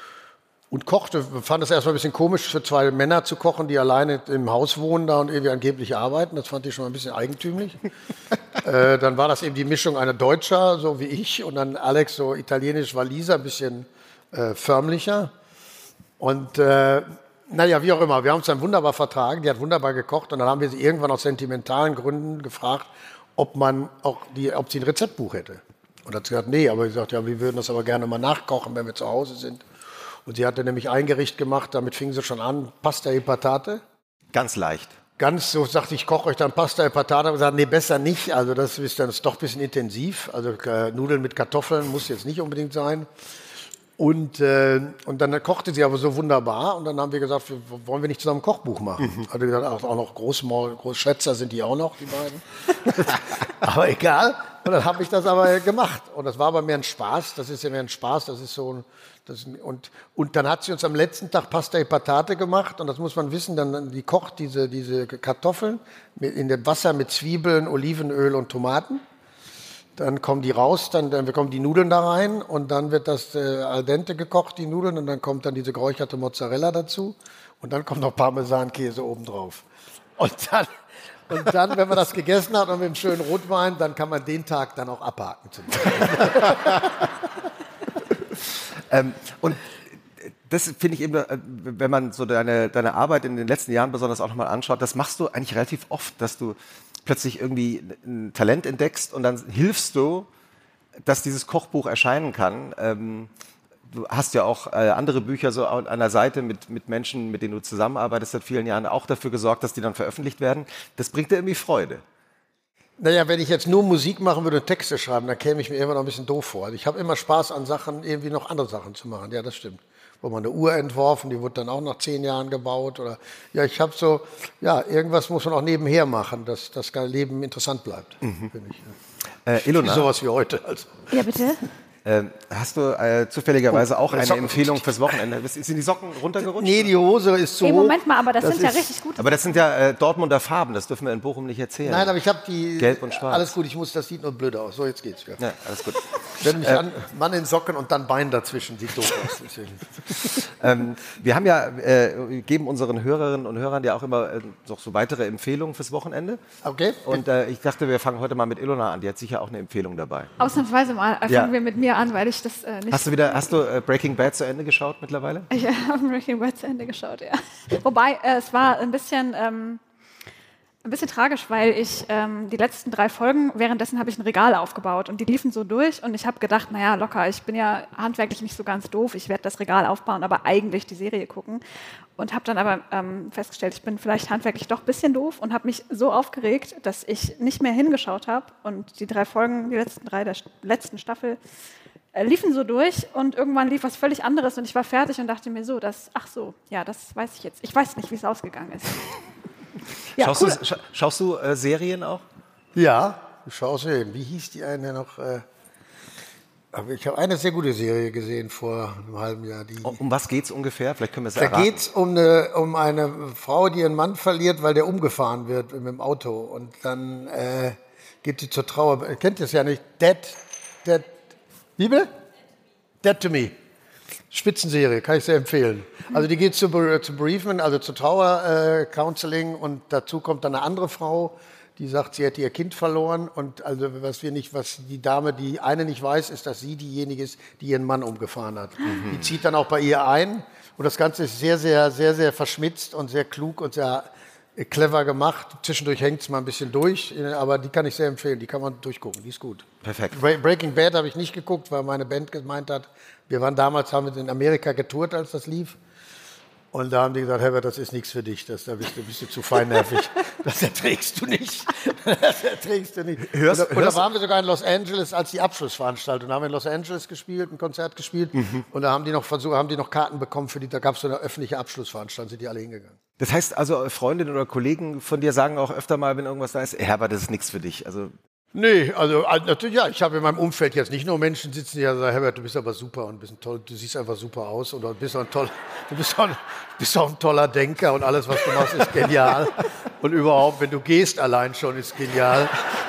Und kochte, fand es erstmal ein bisschen komisch, für zwei Männer zu kochen, die alleine im Haus wohnen da und irgendwie angeblich arbeiten. Das fand ich schon mal ein bisschen eigentümlich. äh, dann war das eben die Mischung einer Deutscher, so wie ich, und dann Alex, so italienisch-Waliser, ein bisschen äh, förmlicher. Und äh, naja, wie auch immer, wir haben uns dann wunderbar vertragen, die hat wunderbar gekocht, und dann haben wir sie irgendwann aus sentimentalen Gründen gefragt, ob man auch die, ob sie ein Rezeptbuch hätte. Und hat sie gesagt, nee, aber sie sagt, ja, wir würden das aber gerne mal nachkochen, wenn wir zu Hause sind. Und sie hatte nämlich ein Gericht gemacht, damit fing sie schon an, Pasta e Patate. Ganz leicht. Ganz so, sagte ich, koche euch dann Pasta e Patate. Und gesagt, nee, besser nicht, also das ist dann ist doch ein bisschen intensiv. Also äh, Nudeln mit Kartoffeln muss jetzt nicht unbedingt sein. Und, äh, und dann kochte sie aber so wunderbar, und dann haben wir gesagt, wir, wollen wir nicht zusammen ein Kochbuch machen? Mhm. Hat sie gesagt, auch, auch noch Großmaul, Großschwätzer sind die auch noch, die beiden. Aber egal. Und dann habe ich das aber gemacht. Und das war aber mehr ein Spaß. Das ist ja mehr ein Spaß. Das ist so ein, das, und, und dann hat sie uns am letzten Tag Pasta e Patate gemacht. Und das muss man wissen. Dann, die kocht diese, diese Kartoffeln mit, in dem Wasser mit Zwiebeln, Olivenöl und Tomaten. Dann kommen die raus, dann, dann kommen die Nudeln da rein, und dann wird das äh, al dente gekocht, die Nudeln, und dann kommt dann diese geräucherte Mozzarella dazu, und dann kommt noch Parmesankäse obendrauf. Und dann, und dann, wenn man das gegessen hat und mit einem schönen Rotwein, dann kann man den Tag dann auch abhaken. ähm, und das finde ich eben, wenn man so deine, deine Arbeit in den letzten Jahren besonders auch nochmal anschaut, das machst du eigentlich relativ oft, dass du plötzlich irgendwie ein Talent entdeckst und dann hilfst du, dass dieses Kochbuch erscheinen kann. Ähm, du hast ja auch äh, andere Bücher so an der Seite mit, mit Menschen, mit denen du zusammenarbeitest seit vielen Jahren, auch dafür gesorgt, dass die dann veröffentlicht werden. Das bringt dir irgendwie Freude. Naja, wenn ich jetzt nur Musik machen würde und Texte schreiben, dann käme ich mir immer noch ein bisschen doof vor. Also ich habe immer Spaß an Sachen, irgendwie noch andere Sachen zu machen. Ja, das stimmt. Wo man eine Uhr entworfen, die wurde dann auch nach zehn Jahren gebaut. Oder ja, ich habe so, ja, irgendwas muss man auch nebenher machen, dass das Leben interessant bleibt. Mhm. Finde ich. Ja. Äh, Ilona, sowas wie heute. Also. Ja, bitte. Äh, hast du äh, zufälligerweise auch eine Empfehlung fürs Wochenende? Sind die Socken runtergerutscht? Nee, die Hose ist so. Nee, Moment mal, aber das, das sind ja ist, richtig gute. Aber das sind ja äh, Dortmunder Farben, das dürfen wir in Bochum nicht erzählen. Nein, aber ich habe die. Gelb und schwarz. Alles gut, ich muss, das sieht nur blöd aus. So, jetzt geht's wieder. Ja, alles gut. Wenn mich äh, an, Mann in Socken und dann Bein dazwischen, sieht doof aus. ähm, wir haben ja, äh, geben unseren Hörerinnen und Hörern ja auch immer äh, noch so weitere Empfehlungen fürs Wochenende. Okay. Und äh, ich dachte, wir fangen heute mal mit Ilona an. Die hat sicher auch eine Empfehlung dabei. Ausnahmsweise mal. Fangen ja. wir mit mir an, weil ich das äh, nicht. Hast du wieder, hast du äh, Breaking Bad zu Ende geschaut mittlerweile? Ich habe Breaking Bad zu Ende geschaut, ja. Wobei, äh, es war ein bisschen, ähm, ein bisschen tragisch, weil ich ähm, die letzten drei Folgen, währenddessen habe ich ein Regal aufgebaut und die liefen so durch und ich habe gedacht, naja, locker, ich bin ja handwerklich nicht so ganz doof, ich werde das Regal aufbauen, aber eigentlich die Serie gucken. Und habe dann aber ähm, festgestellt, ich bin vielleicht handwerklich doch ein bisschen doof und habe mich so aufgeregt, dass ich nicht mehr hingeschaut habe und die drei Folgen, die letzten drei der letzten Staffel, Äh, liefen so durch und irgendwann lief was völlig anderes und ich war fertig und dachte mir so, das, ach so, ja, das weiß ich jetzt. Ich weiß nicht, wie es ausgegangen ist. Ja, schaust, cool. du, scha schaust du äh, Serien auch? Ja, ich schaue Serien. Wie hieß die eine noch? Äh, aber ich habe eine sehr gute Serie gesehen vor einem halben Jahr. Die um, um was geht es ungefähr? Vielleicht können wir es Da erraten. geht es um eine, um eine Frau, die ihren Mann verliert, weil der umgefahren wird mit dem Auto. Und dann äh, geht sie zur Trauer. Ihr kennt das ja nicht. Dead, Dead, Bibel? Dead to Me. Spitzenserie, kann ich sehr empfehlen. Also die geht zu, zu Bereavement, also zu Trauer-Counseling, äh, und dazu kommt dann eine andere Frau, die sagt, sie hätte ihr Kind verloren, und also was wir nicht, was die Dame, die eine nicht weiß, ist, dass sie diejenige ist, die ihren Mann umgefahren hat. Mhm. Die zieht dann auch bei ihr ein, und das Ganze ist sehr, sehr, sehr, sehr verschmitzt und sehr klug und sehr clever gemacht. Zwischendurch hängt es mal ein bisschen durch, aber die kann ich sehr empfehlen, die kann man durchgucken, die ist gut. Perfekt. Breaking Bad habe ich nicht geguckt, weil meine Band gemeint hat, wir waren damals, haben wir in Amerika getourt, als das lief. Und da haben die gesagt, Herbert, das ist nichts für dich, das, da bist du, bist du zu feinnervig, das erträgst du nicht. Das erträgst du nicht. Hörst, und da, und hörst, da waren wir sogar in Los Angeles als die Abschlussveranstaltung. Da haben wir in Los Angeles gespielt, ein Konzert gespielt, mhm. und da haben die noch versucht, haben die noch Karten bekommen für die, da gab es so eine öffentliche Abschlussveranstaltung, sind die alle hingegangen. Das heißt also, Freundinnen oder Kollegen von dir sagen auch öfter mal, wenn irgendwas da ist, Herbert, das ist nichts für dich. Also Nee, also natürlich, ja, ich habe in meinem Umfeld jetzt nicht nur Menschen sitzen, die sagen, Herbert, du bist aber super und bist ein toll, du siehst einfach super aus und du bist auch ein, toll, du bist auch ein, bist auch ein toller Denker und alles, was du machst, ist genial. Und überhaupt, wenn du gehst, allein schon ist genial.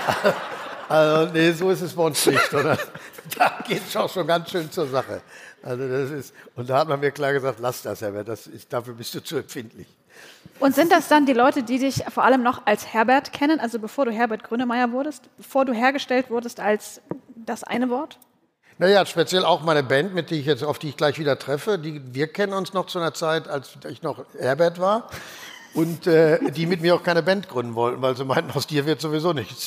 Also nee, so ist es bei uns nicht, oder? Da geht es auch schon ganz schön zur Sache. Also das ist, und da hat man mir klar gesagt, lass das, Herbert, das ist, dafür bist du zu empfindlich. Und sind das dann die Leute, die dich vor allem noch als Herbert kennen, also bevor du Herbert Grönemeyer wurdest, bevor du hergestellt wurdest als das eine Wort? Naja, speziell auch meine Band, mit die ich jetzt, auf die ich gleich wieder treffe, die, wir kennen uns noch zu einer Zeit, als ich noch Herbert war, und äh, die mit mir auch keine Band gründen wollten, weil sie meinten, aus dir wird sowieso nichts.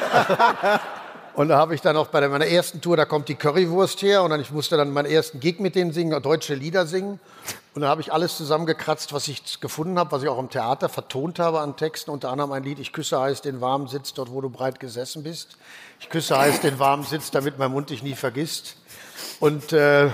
Und da habe ich dann auch bei meiner ersten Tour, da kommt die Currywurst her, und dann ich musste dann meinen ersten Gig mit denen singen, deutsche Lieder singen. Und da habe ich alles zusammengekratzt, was ich gefunden habe, was ich auch im Theater vertont habe an Texten. Unter anderem ein Lied, ich küsse heiß den warmen Sitz, dort wo du breit gesessen bist. Ich küsse heiß den warmen Sitz, damit mein Mund dich nie vergisst. Und äh,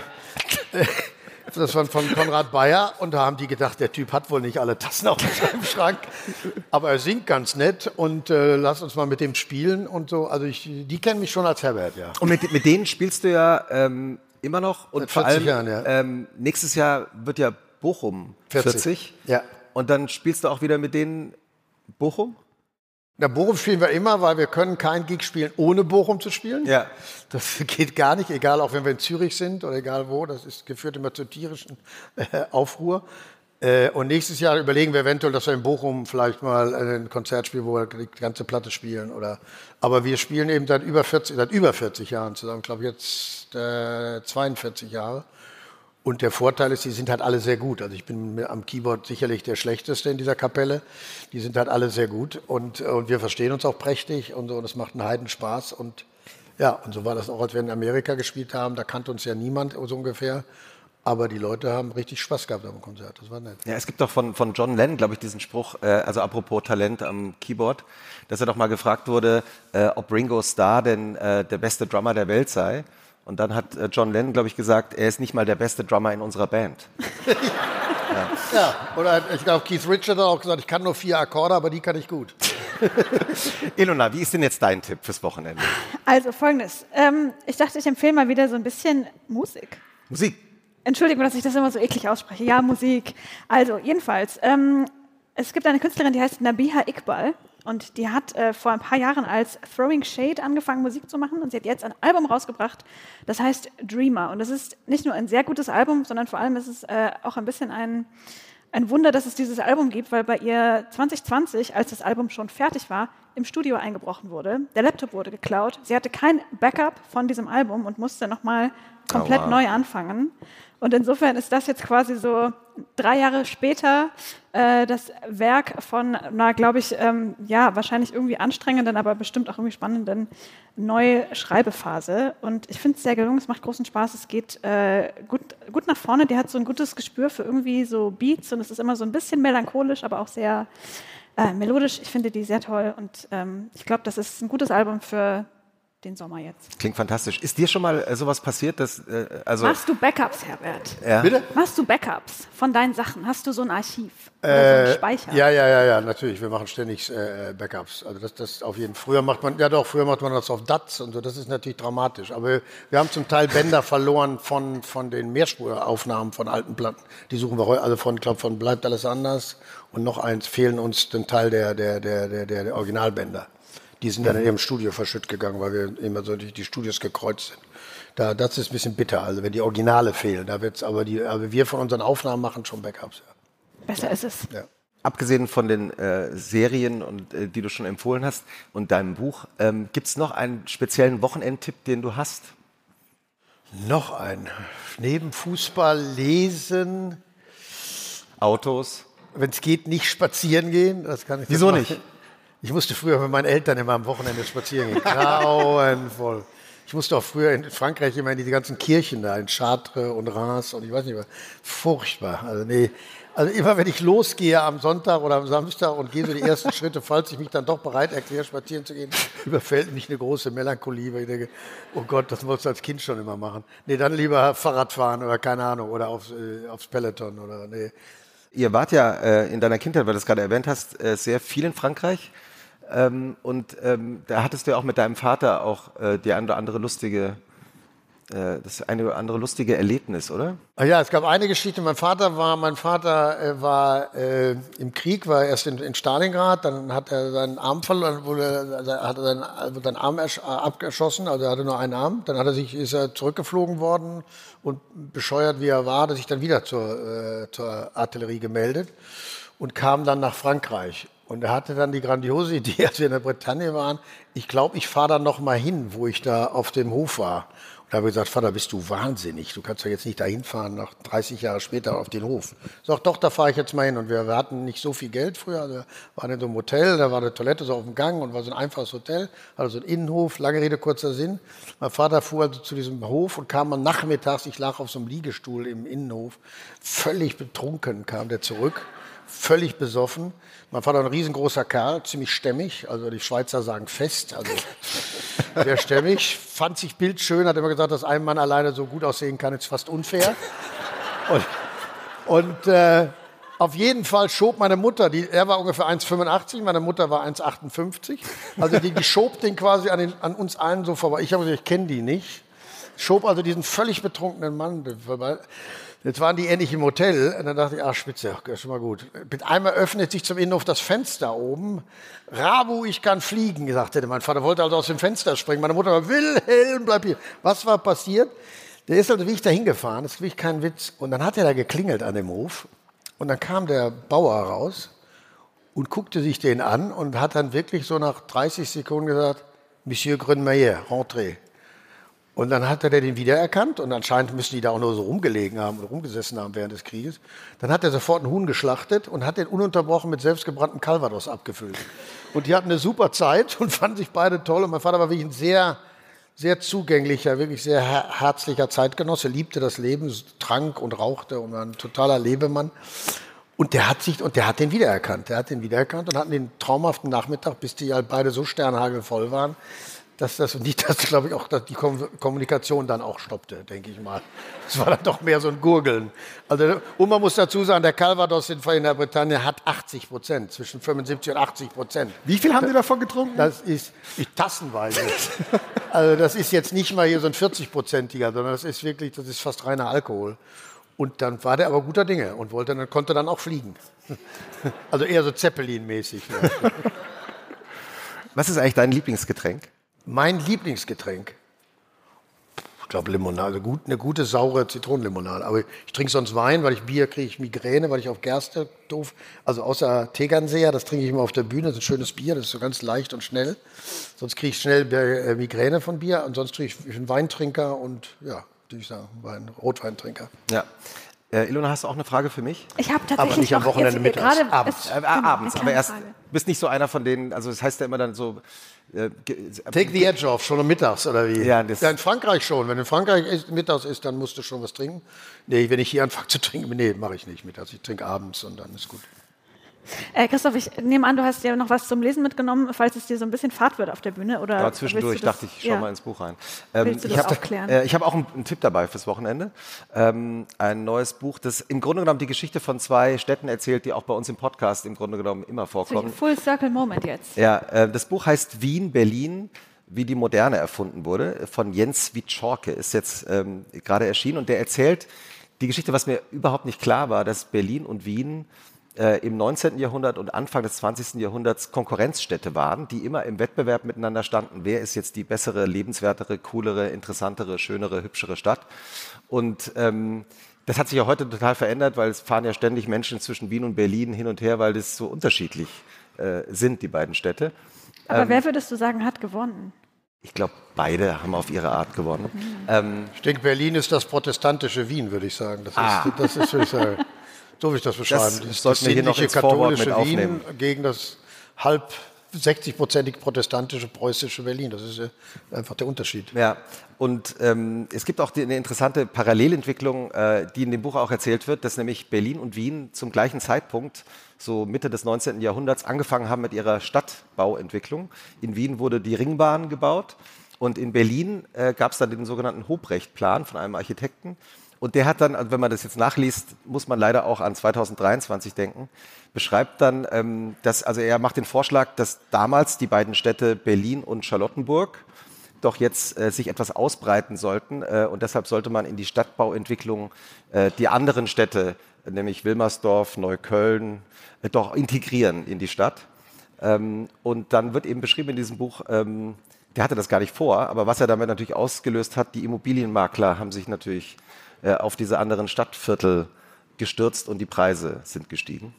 das war von Konrad Bayer, und da haben die gedacht, der Typ hat wohl nicht alle Tassen auf seinem Schrank, aber er singt ganz nett, und äh, lass uns mal mit dem spielen und so. Also ich, die kennen mich schon als Herbert, ja. Und mit, mit denen spielst du ja ähm, immer noch, und Seit vor allem Jahren, ja. ähm, nächstes Jahr wird ja Bochum vierzig. vierzig. Ja. Und dann spielst du auch wieder mit denen Bochum? Na, Bochum spielen wir immer, weil wir können kein Gig spielen, ohne Bochum zu spielen. Ja. Das geht gar nicht, egal, auch wenn wir in Zürich sind oder egal wo. Das ist, geführt immer zu tierischen äh, Aufruhr. Äh, und nächstes Jahr überlegen wir eventuell, dass wir in Bochum vielleicht mal ein Konzert spielen, wo wir die ganze Platte spielen. Oder, aber wir spielen eben seit über vierzig, seit über vierzig Jahren zusammen, ich glaube jetzt äh, zweiundvierzig Jahre. Und der Vorteil ist, die sind halt alle sehr gut. Also ich bin am Keyboard sicherlich der Schlechteste in dieser Kapelle. Die sind halt alle sehr gut, und, und wir verstehen uns auch prächtig und so, und es macht einen Heidenspaß. Und ja, und so war das auch, als wir in Amerika gespielt haben. Da kannte uns ja niemand so ungefähr. Aber die Leute haben richtig Spaß gehabt am Konzert. Das war nett. Ja, es gibt doch von, von John Lennon, glaube ich, diesen Spruch, äh, also apropos Talent am Keyboard, dass er doch mal gefragt wurde, äh, ob Ringo Starr denn äh, der beste Drummer der Welt sei. Und dann hat äh, John Lennon, glaube ich, gesagt, er ist nicht mal der beste Drummer in unserer Band. ja. ja, oder ich glaube, Keith Richards hat auch gesagt, ich kann nur vier Akkorde, aber die kann ich gut. Ilona, wie ist denn jetzt dein Tipp fürs Wochenende? Also folgendes, ähm, ich dachte, ich empfehle mal wieder so ein bisschen Musik. Musik? Entschuldigung, dass ich das immer so eklig ausspreche. Ja, Musik. Also jedenfalls, ähm, es gibt eine Künstlerin, die heißt Nabiha Iqbal. Und die hat äh, vor ein paar Jahren als Throwing Shade angefangen, Musik zu machen. Und sie hat jetzt ein Album rausgebracht, das heißt Dreamer. Und das ist nicht nur ein sehr gutes Album, sondern vor allem ist es äh, auch ein bisschen ein, ein Wunder, dass es dieses Album gibt, weil bei ihr zwanzig zwanzig, als das Album schon fertig war, im Studio eingebrochen wurde. Der Laptop wurde geklaut. Sie hatte kein Backup von diesem Album und musste nochmal komplett oh, wow. neu anfangen. Und insofern ist das jetzt quasi so drei Jahre später äh, das Werk von einer, glaube ich, ähm, ja, wahrscheinlich irgendwie anstrengenden, aber bestimmt auch irgendwie spannenden Neuschreibephase. Und ich finde es sehr gelungen, es macht großen Spaß, es geht äh, gut, gut nach vorne. Die hat so ein gutes Gespür für irgendwie so Beats, und es ist immer so ein bisschen melancholisch, aber auch sehr äh, melodisch. Ich finde die sehr toll, und ähm, ich glaube, das ist ein gutes Album für den Sommer jetzt. Klingt fantastisch. Ist dir schon mal äh, sowas passiert, dass äh, also Machst du Backups, Herbert? Ja. Bitte? Machst du Backups von deinen Sachen? Hast du so ein Archiv oder äh, so einen Speicher? Ja, ja, ja, ja, natürlich. Wir machen ständig äh, Backups. Also das, das auf jeden Fall. Früher macht man, ja doch, früher macht man das auf D A Ts und so. Das ist natürlich dramatisch. Aber wir haben zum Teil Bänder verloren von von den Mehrspuraufnahmen von alten Platten. Die suchen wir heute, also von, glaube von Bleibt alles anders, und noch eins fehlen uns den Teil der der der der, der Originalbänder. Die sind dann in ihrem Studio verschütt gegangen, weil wir immer so durch die Studios gekreuzt sind. Da, das ist ein bisschen bitter, also wenn die Originale fehlen. Da wird's aber, die, aber wir von unseren Aufnahmen machen schon Backups. Ja. Besser ist es. Ja. Abgesehen von den äh, Serien, und, äh, die du schon empfohlen hast und deinem Buch, ähm, gibt es noch einen speziellen Wochenendtipp, den du hast? Noch ein. Neben Fußball, Lesen. Autos? Wenn es geht, nicht spazieren gehen. Das kann ich Wieso nicht? Ich musste früher mit meinen Eltern immer am Wochenende spazieren gehen. Grauenvoll. Ich musste auch früher in Frankreich immer in diese ganzen Kirchen da, in Chartres und Reims und ich weiß nicht mehr. Furchtbar. Also nee. Also immer wenn ich losgehe am Sonntag oder am Samstag und gehe so die ersten Schritte, falls ich mich dann doch bereit erkläre, spazieren zu gehen, überfällt mich eine große Melancholie, weil ich denke, oh Gott, das musst du als Kind schon immer machen. Nee, dann lieber Fahrrad fahren oder keine Ahnung, oder aufs, äh, aufs Peloton oder nee. Ihr wart ja äh, in deiner Kindheit, weil du es gerade erwähnt hast, äh, sehr viel in Frankreich. Ähm, und ähm, da hattest du ja auch mit deinem Vater auch äh, die eine oder andere lustige, äh, das eine oder andere lustige Erlebnis, oder? Ah ja, es gab eine Geschichte. Mein Vater war, mein Vater äh, war äh, im Krieg, war erst in, in Stalingrad, dann hat er seinen Arm verloren, wurde, also hat er seinen, also seinen Arm ersch- abgeschossen, also er hatte nur einen Arm. Dann hat er sich, ist er zurückgeflogen worden und bescheuert wie er war, hat er sich dann wieder zur, äh, zur Artillerie gemeldet und kam dann nach Frankreich. Und er hatte dann die grandiose Idee, als wir in der Bretagne waren, ich glaube, ich fahre dann noch mal hin, wo ich da auf dem Hof war. Und da habe ich gesagt, Vater, bist du wahnsinnig? Du kannst doch jetzt nicht da hinfahren, noch dreißig Jahre später auf den Hof. Ich sage, doch, da fahre ich jetzt mal hin. Und wir, wir hatten nicht so viel Geld früher. Also wir waren in so einem Hotel, da war eine Toilette so auf dem Gang und war so ein einfaches Hotel. Also so ein Innenhof, lange Rede, kurzer Sinn. Mein Vater fuhr also zu diesem Hof und kam am Nachmittags, ich lag auf so einem Liegestuhl im Innenhof, völlig betrunken kam der zurück. Völlig besoffen. Mein Vater war ein riesengroßer Kerl, ziemlich stämmig, also die Schweizer sagen fest, also sehr stämmig. Fand sich bildschön, hat immer gesagt, dass ein Mann alleine so gut aussehen kann, ist fast unfair. Und, und äh, auf jeden Fall schob meine Mutter, die, er war ungefähr eins Komma fünfundachtzig, meine Mutter war eins Komma achtundfünfzig. Also die, die schob den quasi an, den, an uns allen so vorbei. Ich habe gesagt, ich kenne die nicht. Schob also diesen völlig betrunkenen Mann vorbei. Jetzt waren die endlich im Hotel und dann dachte ich, ach spitze, ist schon mal gut. Mit einmal öffnet sich zum Innenhof das Fenster oben. Rabu, ich kann fliegen, gesagt hätte mein Vater. Wollte also aus dem Fenster springen. Meine Mutter war, Wilhelm, bleib hier. Was war passiert? Der ist also wie ich da hingefahren, das ist wirklich kein Witz. Und dann hat er da geklingelt an dem Hof. Und dann kam der Bauer raus und guckte sich den an und hat dann wirklich so nach dreißig Sekunden gesagt, Monsieur Grünmeier, rentrez. Und dann hat er den wiedererkannt und anscheinend müssen die da auch nur so rumgelegen haben oder rumgesessen haben während des Krieges. Dann hat er sofort einen Huhn geschlachtet und hat den ununterbrochen mit selbstgebranntem Calvados abgefüllt. Und die hatten eine super Zeit und fanden sich beide toll. Und mein Vater war wirklich ein sehr, sehr zugänglicher, wirklich sehr her- herzlicher Zeitgenosse, liebte das Leben, trank und rauchte und war ein totaler Lebemann. Und der hat sich, und der hat den wiedererkannt. Der hat den wiedererkannt und hatten den traumhaften Nachmittag, bis die halt beide so sternhagelvoll waren, dass das nicht, das glaube ich auch, dass die Kommunikation dann auch stoppte, denke ich mal. Es war dann doch mehr so ein Gurgeln. Also, und man muss dazu sagen, der Calvados in der Bretagne hat achtzig Prozent, zwischen fünfundsiebzig und achtzig Prozent. Wie viel haben Sie davon getrunken? Das ist ich, tassenweise. Also das ist jetzt nicht mal hier so ein vierzig-prozentiger, sondern das ist wirklich, das ist fast reiner Alkohol. Und dann war der aber guter Dinge und wollte, dann konnte dann auch fliegen. Also eher so Zeppelin-mäßig. Was ist eigentlich dein Lieblingsgetränk? Mein Lieblingsgetränk? Ich glaube Limonade, also gut, eine gute, saure Zitronenlimonade. Aber ich trinke sonst Wein, weil ich Bier kriege ich Migräne, weil ich auf Gerste doof. Also außer Tegernseer, das trinke ich immer auf der Bühne, das ist ein schönes Bier, das ist so ganz leicht und schnell. Sonst kriege ich schnell äh, Migräne von Bier. Und sonst trinke ich, ich bin Weintrinker und ja, würde ich sagen, Wein, Rotweintrinker. Ja. Äh, Ilona, hast du auch eine Frage für mich? Ich habe tatsächlich Aber nicht am noch Wochenende jetzt mittags, gerade abends. es- Äh, genau, abends, eine aber kleine erst, Frage. bist nicht so einer von denen, also das heißt ja immer dann so... Äh, ge- Take the edge off, schon am Mittags, oder wie? Ja, das- ja, in Frankreich schon. Wenn in Frankreich ist, mittags ist, dann musst du schon was trinken. Nee, wenn ich hier anfange zu trinken, nee, mache ich nicht mittags. Ich trinke abends und dann ist gut. Äh, Christoph, ich nehme an, du hast ja noch was zum Lesen mitgenommen, falls es dir so ein bisschen Fahrt wird auf der Bühne. Oder Ja, zwischendurch willst du das- dachte ich, schau ja. mal ins Buch rein. Ähm, Willst du ich das habe aufklären? äh, ich hab auch einen, einen Tipp dabei fürs Wochenende. Ähm, ein neues Buch, das im Grunde genommen die Geschichte von zwei Städten erzählt, die auch bei uns im Podcast im Grunde genommen immer So ein vorkommen. Full Circle Moment jetzt. Ja, äh, das Buch heißt Wien, Berlin, wie die Moderne erfunden wurde, von Jens Wieczorke, ist jetzt ähm, gerade erschienen und der erzählt die Geschichte, was mir überhaupt nicht klar war, dass Berlin und Wien äh, im neunzehnten Jahrhundert und Anfang des zwanzigsten Jahrhunderts Konkurrenzstädte waren, die immer im Wettbewerb miteinander standen. Wer ist jetzt die bessere, lebenswertere, coolere, interessantere, schönere, hübschere Stadt? Und ähm, das hat sich ja heute total verändert, weil es fahren ja ständig Menschen zwischen Wien und Berlin hin und her, weil das so unterschiedlich äh, sind, die beiden Städte. Aber ähm, wer würdest du sagen, hat gewonnen? Ich glaube, beide haben auf ihre Art gewonnen. Mhm. Ähm, ich denke, Berlin ist das protestantische Wien, würde ich sagen. Das ist, ah. das ist würde ich sagen, so würde ich das beschreiben. Das, das, sollten wir hier noch ins Vorwort mit aufnehmen. Wien gegen das halb sechzig-prozentig protestantische preußische Berlin. Das ist einfach der Unterschied. Ja, und ähm, es gibt auch die, eine interessante Parallelentwicklung, äh, die in dem Buch auch erzählt wird, dass nämlich Berlin und Wien zum gleichen Zeitpunkt, so Mitte des neunzehnten Jahrhunderts, angefangen haben mit ihrer Stadtbauentwicklung. In Wien wurde die Ringbahn gebaut und in Berlin äh, gab es dann den sogenannten Hobrecht-Plan von einem Architekten. Und der hat dann, also wenn man das jetzt nachliest, muss man leider auch an zweitausenddreiundzwanzig denken, beschreibt dann, ähm, dass, also er macht den Vorschlag, dass damals die beiden Städte Berlin und Charlottenburg doch jetzt äh, sich etwas ausbreiten sollten äh, und deshalb sollte man in die Stadtbauentwicklung äh, die anderen Städte, nämlich Wilmersdorf, Neukölln, äh, doch integrieren in die Stadt. Ähm, und dann wird eben beschrieben in diesem Buch, ähm, der hatte das gar nicht vor, aber was er damit natürlich ausgelöst hat, die Immobilienmakler haben sich natürlich äh, auf diese anderen Stadtviertel gestürzt und die Preise sind gestiegen.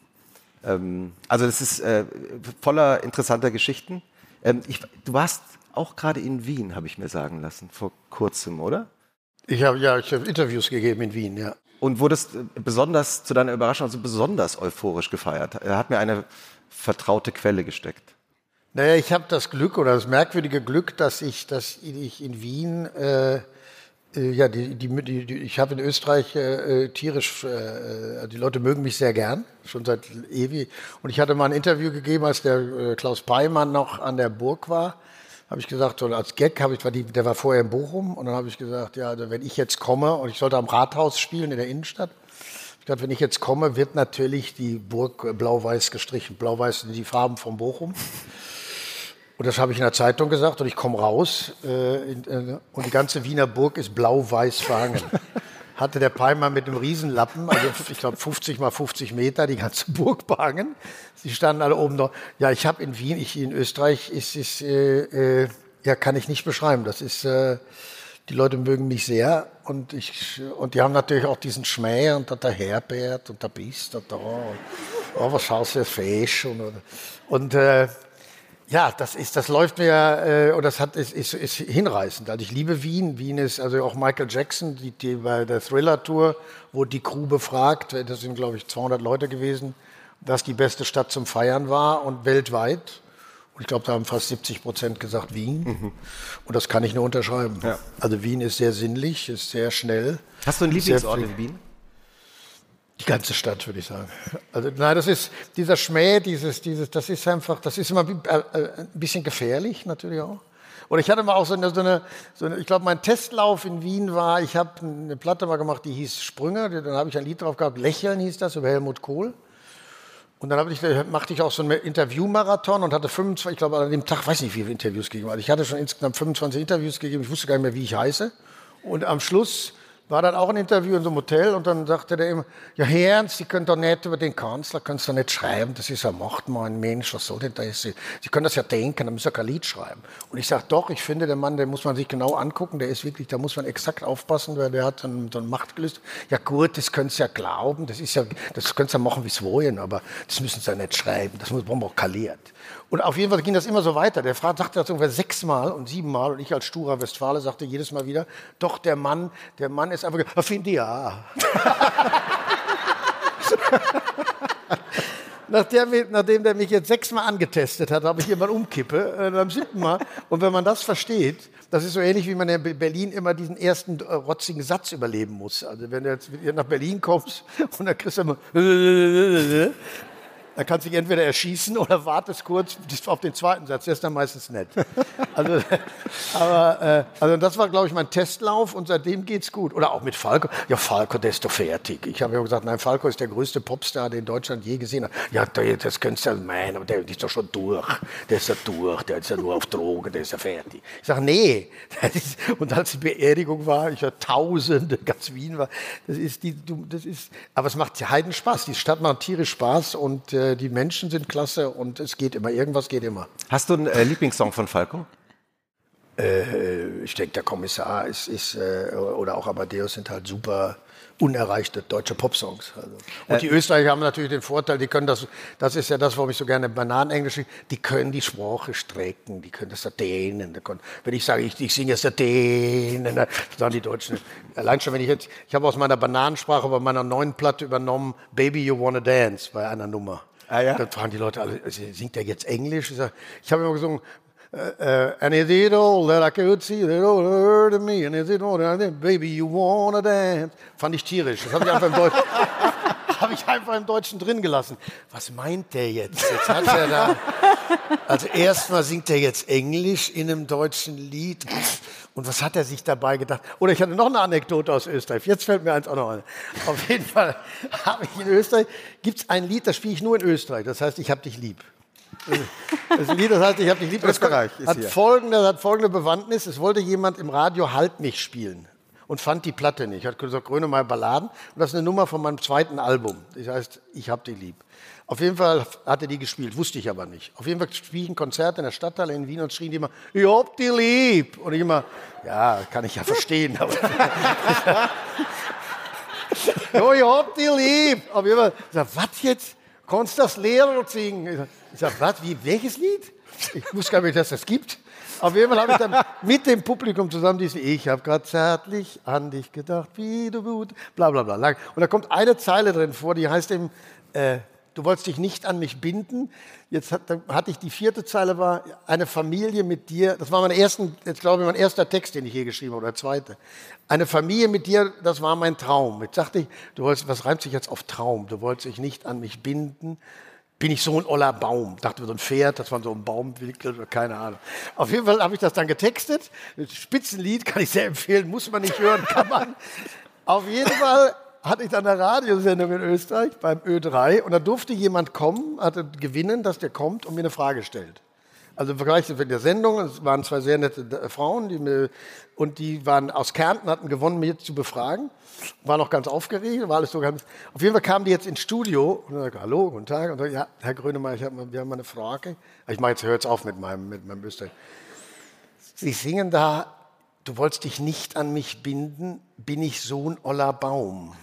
Ähm, also das ist äh, voller interessanter Geschichten. Ähm, ich, du warst auch gerade in Wien, habe ich mir sagen lassen, vor kurzem, oder? Ich habe ja ich hab Interviews gegeben in Wien, ja. Und wurdest besonders, zu deiner Überraschung, also besonders euphorisch gefeiert. Er hat mir eine vertraute Quelle gesteckt. Naja, ich habe das Glück oder das merkwürdige Glück, dass ich, dass ich in Wien, äh, äh, ja, die, die, die, ich habe in Österreich äh, tierisch, äh, die Leute mögen mich sehr gern, schon seit ewig. Und ich hatte mal ein Interview gegeben, als der äh, Klaus Peimann noch an der Burg war. Habe ich gesagt, so als Gag, habe ich, war die, der war vorher in Bochum, und dann habe ich gesagt, ja, also wenn ich jetzt komme, und ich sollte am Rathaus spielen in der Innenstadt, ich dachte, wenn ich jetzt komme, wird natürlich die Burg blau-weiß gestrichen. Blau-weiß sind die Farben von Bochum. Und das habe ich in der Zeitung gesagt, und ich komme raus äh, in, äh, und die ganze Wiener Burg ist blau-weiß verhangen. Hatte der Peimann mit einem Riesenlappen, also ich glaube fünfzig mal fünfzig Meter, die ganze Burg behangen. Sie standen alle oben noch. Ja, ich habe in Wien, ich in Österreich, ist, ist äh, äh, ja, kann ich nicht beschreiben. Das ist, äh, die Leute mögen mich sehr, und ich, und die haben natürlich auch diesen Schmäh, und der Herbert und der bist und da, oh, was schaust du jetzt fesch und, und äh, ja, das ist, das läuft mir, äh, und das hat, ist, ist, ist hinreißend. Also ich liebe Wien. Wien ist, also auch Michael Jackson, die, die bei der Thriller-Tour, wo die Crew befragt, das sind, glaube ich, zweihundert Leute gewesen, dass die beste Stadt zum Feiern war und weltweit. Und ich glaube, da haben fast siebzig Prozent gesagt Wien. Mhm. Und das kann ich nur unterschreiben. Ja. Also Wien ist sehr sinnlich, ist sehr schnell. Hast du einen Lieblingsort in Wien? Die ganze Stadt, würde ich sagen. Also, nein, das ist dieser Schmäh, dieses, dieses, das ist einfach, das ist immer ein bisschen gefährlich, natürlich auch. Oder ich hatte mal auch so eine, so eine, so eine ich glaube, mein Testlauf in Wien war, ich habe eine Platte mal gemacht, die hieß Sprünge, dann habe ich ein Lied drauf gehabt, Lächeln hieß das, über Helmut Kohl. Und dann ich, machte ich auch so einen Interviewmarathon und hatte fünfundzwanzig, ich glaube, an dem Tag, weiß nicht, wie viele Interviews gegeben. Also ich hatte schon insgesamt fünfundzwanzig Interviews gegeben, ich wusste gar nicht mehr, wie ich heiße. Und am Schluss war dann auch ein Interview in so einem Hotel, und dann sagte der immer, ja Herrn, Sie können doch nicht über den Kanzler, können Sie doch nicht schreiben, das ist ein Machtmann, ein Mensch, was soll denn das? Sie, Sie können das ja denken, dann müssen Sie kein Lied schreiben. Und ich sage, doch, ich finde, der Mann, den muss man sich genau angucken, der ist wirklich, da muss man exakt aufpassen, weil der hat so eine, so eine Macht gelöst. Ja gut, das können Sie ja glauben, das ist ja, das können Sie ja machen, wie Sie wollen, aber das müssen Sie ja nicht schreiben, das muss man auch kaliert. Und auf jeden Fall ging das immer so weiter. Der Frau sagte das ungefähr sechsmal und siebenmal, und ich als sturer Westfale sagte jedes Mal wieder, doch, der Mann, der Mann ist einfach, ah, finde ich ja. Nachdem, nachdem der mich jetzt sechsmal angetestet hat, habe ich immer umkippe, äh, beim siebten Mal. Und wenn man das versteht, das ist so ähnlich, wie man in Berlin immer diesen ersten äh, rotzigen Satz überleben muss. Also wenn du jetzt nach Berlin kommst und dann kriegst du immer Dann kannst du dich entweder erschießen oder wartest kurz auf den zweiten Satz. Der ist dann meistens nett. Also, aber, äh, also das war, glaube ich, mein Testlauf und seitdem geht's gut. Oder auch mit Falco. Ja, Falco, der ist doch fertig. Ich habe ja gesagt, nein, Falco ist der größte Popstar, den Deutschland je gesehen hat. Ja, das könntest du, nein, aber der ist doch schon durch. Der ist ja durch, der ist ja nur auf Drogen, der ist ja fertig. Ich sage, nee. Das ist, und als die Beerdigung war, ich hatte Tausende, ganz Wien war, das ist die, das ist, aber es macht Heiden Spaß. Die Stadt macht tierisch Spaß und äh, die Menschen sind klasse und es geht immer, irgendwas geht immer. Hast du einen äh, Lieblingssong von Falco? Äh, ich denke, der Kommissar ist, ist äh, oder auch Amadeus sind halt super unerreichte deutsche Popsongs. Also. Und äh, die Österreicher haben natürlich den Vorteil, die können das, das ist ja das, warum ich so gerne Bananenenglisch singe, die können die Sprache strecken, die können das dehnen. Wenn ich sage, ich, ich singe jetzt dehnen, dann sagen die Deutschen, allein schon, wenn ich jetzt, ich habe aus meiner Bananensprache bei meiner neuen Platte übernommen, Baby You Wanna Dance, bei einer Nummer. Ah, ja? Dann fragen die Leute alle, singt der jetzt Englisch? Ich, sag, ich habe immer gesungen, Uh, uh, and is it all that I could see that all heard of me? And is it all that I did? Baby, you wanna dance? Fand ich tierisch. Das habe ich einfach im Deutschen, habe ich einfach im Deutschen drin gelassen. Was meint der jetzt? Jetzt hat er da. Also erstmal singt er jetzt Englisch in einem deutschen Lied. Und was hat er sich dabei gedacht? Oder ich hatte noch eine Anekdote aus Österreich. Jetzt fällt mir eins auch noch ein. Auf jeden Fall habe ich in Österreich, gibt es ein Lied, das spiele ich nur in Österreich. Das heißt, ich hab dich lieb. Das ist ein Lied, das heißt, ich hab dich lieb. Österreich ist hat hier. Folgende, hat folgende Bewandtnis. Es wollte jemand im Radio Halt mich spielen und fand die Platte nicht. Hat gesagt, Grönemeyer Balladen. Und das ist eine Nummer von meinem zweiten Album. Das heißt, ich hab dich lieb. Auf jeden Fall hat er die gespielt, wusste ich aber nicht. Auf jeden Fall spiele ich ein Konzert in der Stadthalle in Wien und schrien die immer, ich hab dich lieb. Und ich immer, ja, kann ich ja verstehen. Aber ja, ich hab dich lieb. Aber ich immer, sag, was jetzt? Kannst du das Lehrer singen? Ich sag, was, wie, welches Lied? Ich wusste gar nicht, dass es das gibt. Auf jeden Fall habe ich dann mit dem Publikum zusammen diesen Ich habe gerade zärtlich an dich gedacht, wie du gut, bla bla bla. Und da kommt eine Zeile drin vor, die heißt eben, äh, du wolltest dich nicht an mich binden. Jetzt hat, hatte ich die vierte Zeile war, eine Familie mit dir. Das war mein, ersten, jetzt glaube ich, mein erster Text, den ich je geschrieben habe, oder der zweite. Eine Familie mit dir, das war mein Traum. Jetzt dachte ich, du wolltest, was reimt sich jetzt auf Traum? Du wolltest dich nicht an mich binden. Bin ich so ein oller Baum? Dachte, so ein Pferd, das war so ein Baumwickel oder keine Ahnung. Auf jeden Fall habe ich das dann getextet. Spitzenlied, kann ich sehr empfehlen, muss man nicht hören, kann man. Auf jeden Fall hatte ich dann eine Radiosendung in Österreich beim Ö drei und da durfte jemand kommen, hatte gewinnen, dass der kommt und mir eine Frage stellt. Also im Vergleich zu der Sendung, es waren zwei sehr nette Frauen, die mir, und die waren aus Kärnten, hatten gewonnen, mich zu befragen. War noch ganz aufgeregt, war alles so ganz. Auf jeden Fall kamen die jetzt ins Studio und sagten, hallo, guten Tag. Und so, ja, Herr Grönemeyer, ich hab mal, wir haben mal eine Frage. Ich mache jetzt, hör jetzt auf mit meinem, mit meinem Österreich. Sie singen da, du wolltest dich nicht an mich binden, bin ich so ein oller Baum.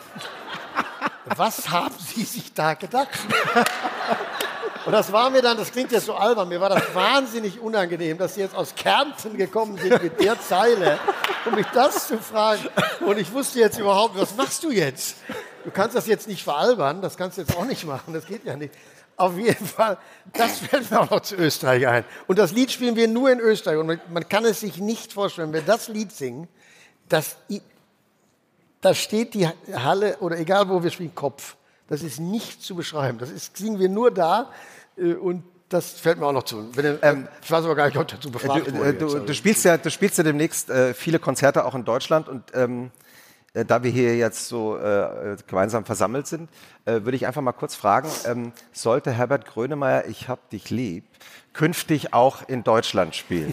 Was haben Sie sich da gedacht? Und das war mir dann, das klingt jetzt so albern, mir war das wahnsinnig unangenehm, dass Sie jetzt aus Kärnten gekommen sind mit der Zeile, um mich das zu fragen. Und ich wusste jetzt überhaupt, was machst du jetzt? Du kannst das jetzt nicht veralbern, das kannst du jetzt auch nicht machen, das geht ja nicht. Auf jeden Fall, das fällt mir auch noch zu Österreich ein. Und das Lied spielen wir nur in Österreich. Und man kann es sich nicht vorstellen, wenn wir das Lied singen, dass da steht die Halle, oder egal wo wir spielen, Kopf. Das ist nicht zu beschreiben. Das ist, singen wir nur da und das fällt mir auch noch zu. Wenn, ähm, ich weiß aber gar nicht, ob dazu befragt wurde. Du, du, du, spielst ja, du spielst ja demnächst äh, viele Konzerte auch in Deutschland und ähm, äh, da wir hier jetzt so äh, gemeinsam versammelt sind, äh, würde ich einfach mal kurz fragen, ähm, sollte Herbert Grönemeyer, ich hab dich lieb, künftig auch in Deutschland spielen?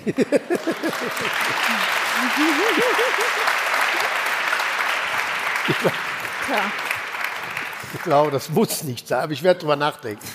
Ich glaube, ja. ich glaube, das muss nicht sein, aber ich werde drüber nachdenken.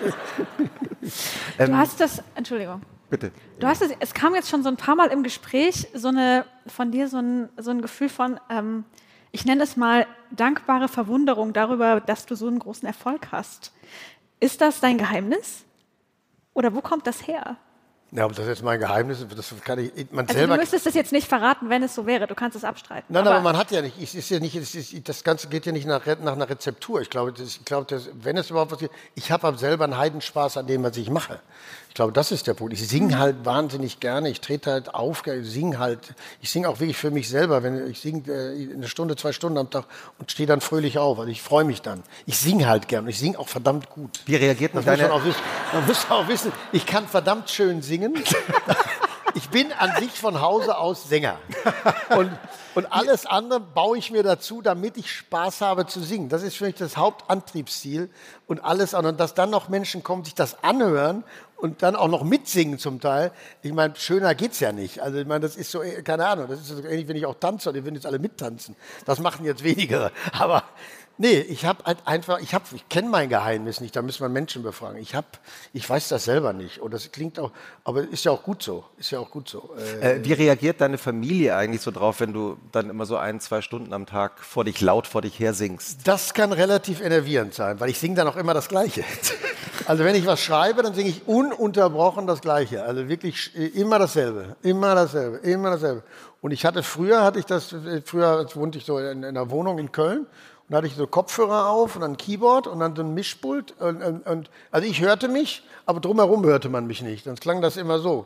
Du hast das, Entschuldigung. Bitte. Du hast es, es kam jetzt schon so ein paar Mal im Gespräch, so eine, von dir so ein, so ein Gefühl von, ähm, ich nenne es mal dankbare Verwunderung darüber, dass du so einen großen Erfolg hast. Ist das dein Geheimnis? Oder wo kommt das her? Ja, aber das ist jetzt mein Geheimnis. Das kann ich, man also selber du müsstest es jetzt nicht verraten, wenn es so wäre. Du kannst es abstreiten. Nein, aber, aber man hat ja nicht, es ist ja nicht, es ist, das Ganze geht ja nicht nach, nach einer Rezeptur. Ich glaube, das, ich glaube das, wenn es überhaupt was gibt, ich habe selber einen Heidenspaß an dem, was ich mache. Ich glaube, das ist der Punkt. Ich singe halt wahnsinnig gerne, ich trete halt auf, ich singe halt, ich singe auch wirklich für mich selber. Wenn ich singe äh, eine Stunde, zwei Stunden am Tag und stehe dann fröhlich auf. Also ich freue mich dann. Ich singe halt gern und ich singe auch verdammt gut. Wie reagiert man das deine... Muss man, auch wissen. Man muss auch wissen, ich kann verdammt schön singen. Ich bin an sich von Hause aus Sänger. Und, und alles andere baue ich mir dazu, damit ich Spaß habe zu singen. Das ist für mich das Hauptantriebsziel. Und alles andere. Und dass dann noch Menschen kommen, sich das anhören und dann auch noch mitsingen zum Teil. Ich meine, schöner geht's ja nicht. Also ich meine, das ist so, keine Ahnung, das ist so ähnlich, wenn ich auch tanze und die würden jetzt alle mittanzen. Das machen jetzt weniger. Aber nee, ich habe halt einfach, ich, hab, ich kenne mein Geheimnis nicht, da müssen wir Menschen befragen. Ich, hab, ich weiß das selber nicht und das klingt auch, aber ist ja auch gut so, ist ja auch gut so. Äh, äh, wie reagiert deine Familie eigentlich so drauf, wenn du dann immer so ein, zwei Stunden am Tag vor dich laut vor dich her singst? Das kann relativ enervierend sein, weil ich singe dann auch immer das Gleiche. Also wenn ich was schreibe, dann singe ich ununterbrochen das Gleiche, also wirklich immer dasselbe, immer dasselbe, immer dasselbe. Und ich hatte früher, hatte ich das, früher wohnte ich so in, in einer Wohnung in Köln. Und da hatte ich so Kopfhörer auf und dann ein Keyboard und dann so ein Mischpult. Und, und, und, also ich hörte mich, aber drumherum hörte man mich nicht. Sonst klang das immer so.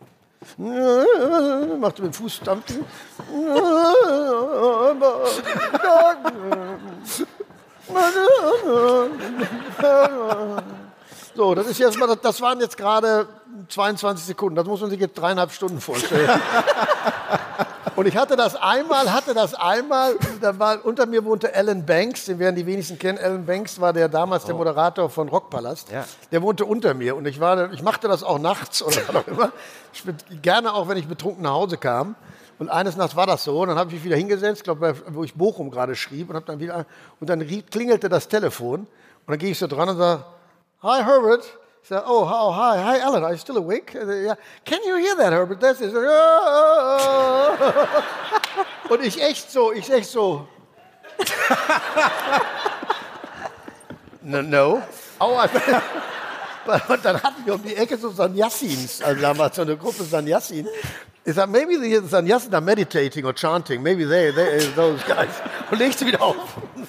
Machte mit dem Fuß stampfen. So, das ist jetzt mal, das waren jetzt gerade zweiundzwanzig Sekunden. Das muss man sich jetzt dreieinhalb Stunden vorstellen. Und ich hatte das einmal, hatte das einmal, da war, unter mir wohnte Alan Banks, den werden die wenigsten kennen. Alan Banks war der damals oh. der Moderator von Rockpalast. Ja. Der wohnte unter mir und ich, war, ich machte das auch nachts oder was auch immer. Ich, gerne auch, wenn ich betrunken nach Hause kam. Und eines Nachts war das so und dann habe ich mich wieder hingesetzt, glaube wo ich Bochum gerade schrieb und, hab dann wieder, und dann klingelte das Telefon und dann gehe ich so dran und sage, Hi Herbert. Ich sage, oh, oh, hi, hi Alan, are you still awake? Yeah. Can you hear that, Herbert? That's it. Und ich echt so, ich echt so. no. no. Oh, und dann hatten wir um die Ecke so Sannyasins, also damals so eine Gruppe Sannyasin. Ich sage, maybe the Sannyasin are meditating or chanting, maybe they, they those guys. Und legst du wieder auf.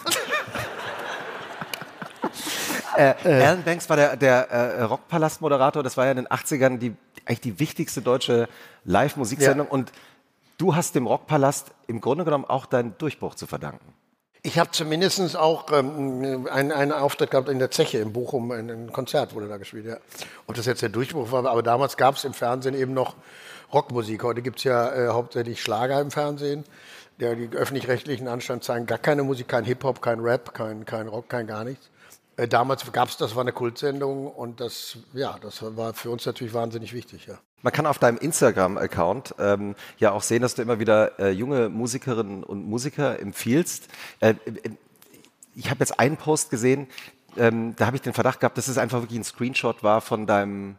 Äh, äh. Alan Banks war der, der äh, Rockpalast-Moderator, das war ja in den achtzigern die, eigentlich die wichtigste deutsche Live-Musiksendung. Ja. Und du hast dem Rockpalast im Grunde genommen auch deinen Durchbruch zu verdanken. Ich habe zumindest auch ähm, einen, einen Auftritt gehabt in der Zeche in Bochum, ein, ein Konzert wurde da gespielt. Ja. Ob das jetzt der Durchbruch war, aber damals gab es im Fernsehen eben noch Rockmusik. Heute gibt es ja äh, hauptsächlich Schlager im Fernsehen. Der, die öffentlich-rechtlichen Anstalten zeigen gar keine Musik, kein Hip-Hop, kein Rap, kein, kein Rock, kein gar nichts. Damals gab es, das war eine Kultsendung und das, ja, das war für uns natürlich wahnsinnig wichtig. Ja. Man kann auf deinem Instagram-Account ähm, ja auch sehen, dass du immer wieder äh, junge Musikerinnen und Musiker empfiehlst. Äh, ich habe jetzt einen Post gesehen, ähm, da habe ich den Verdacht gehabt, dass es einfach wirklich ein Screenshot war von deinem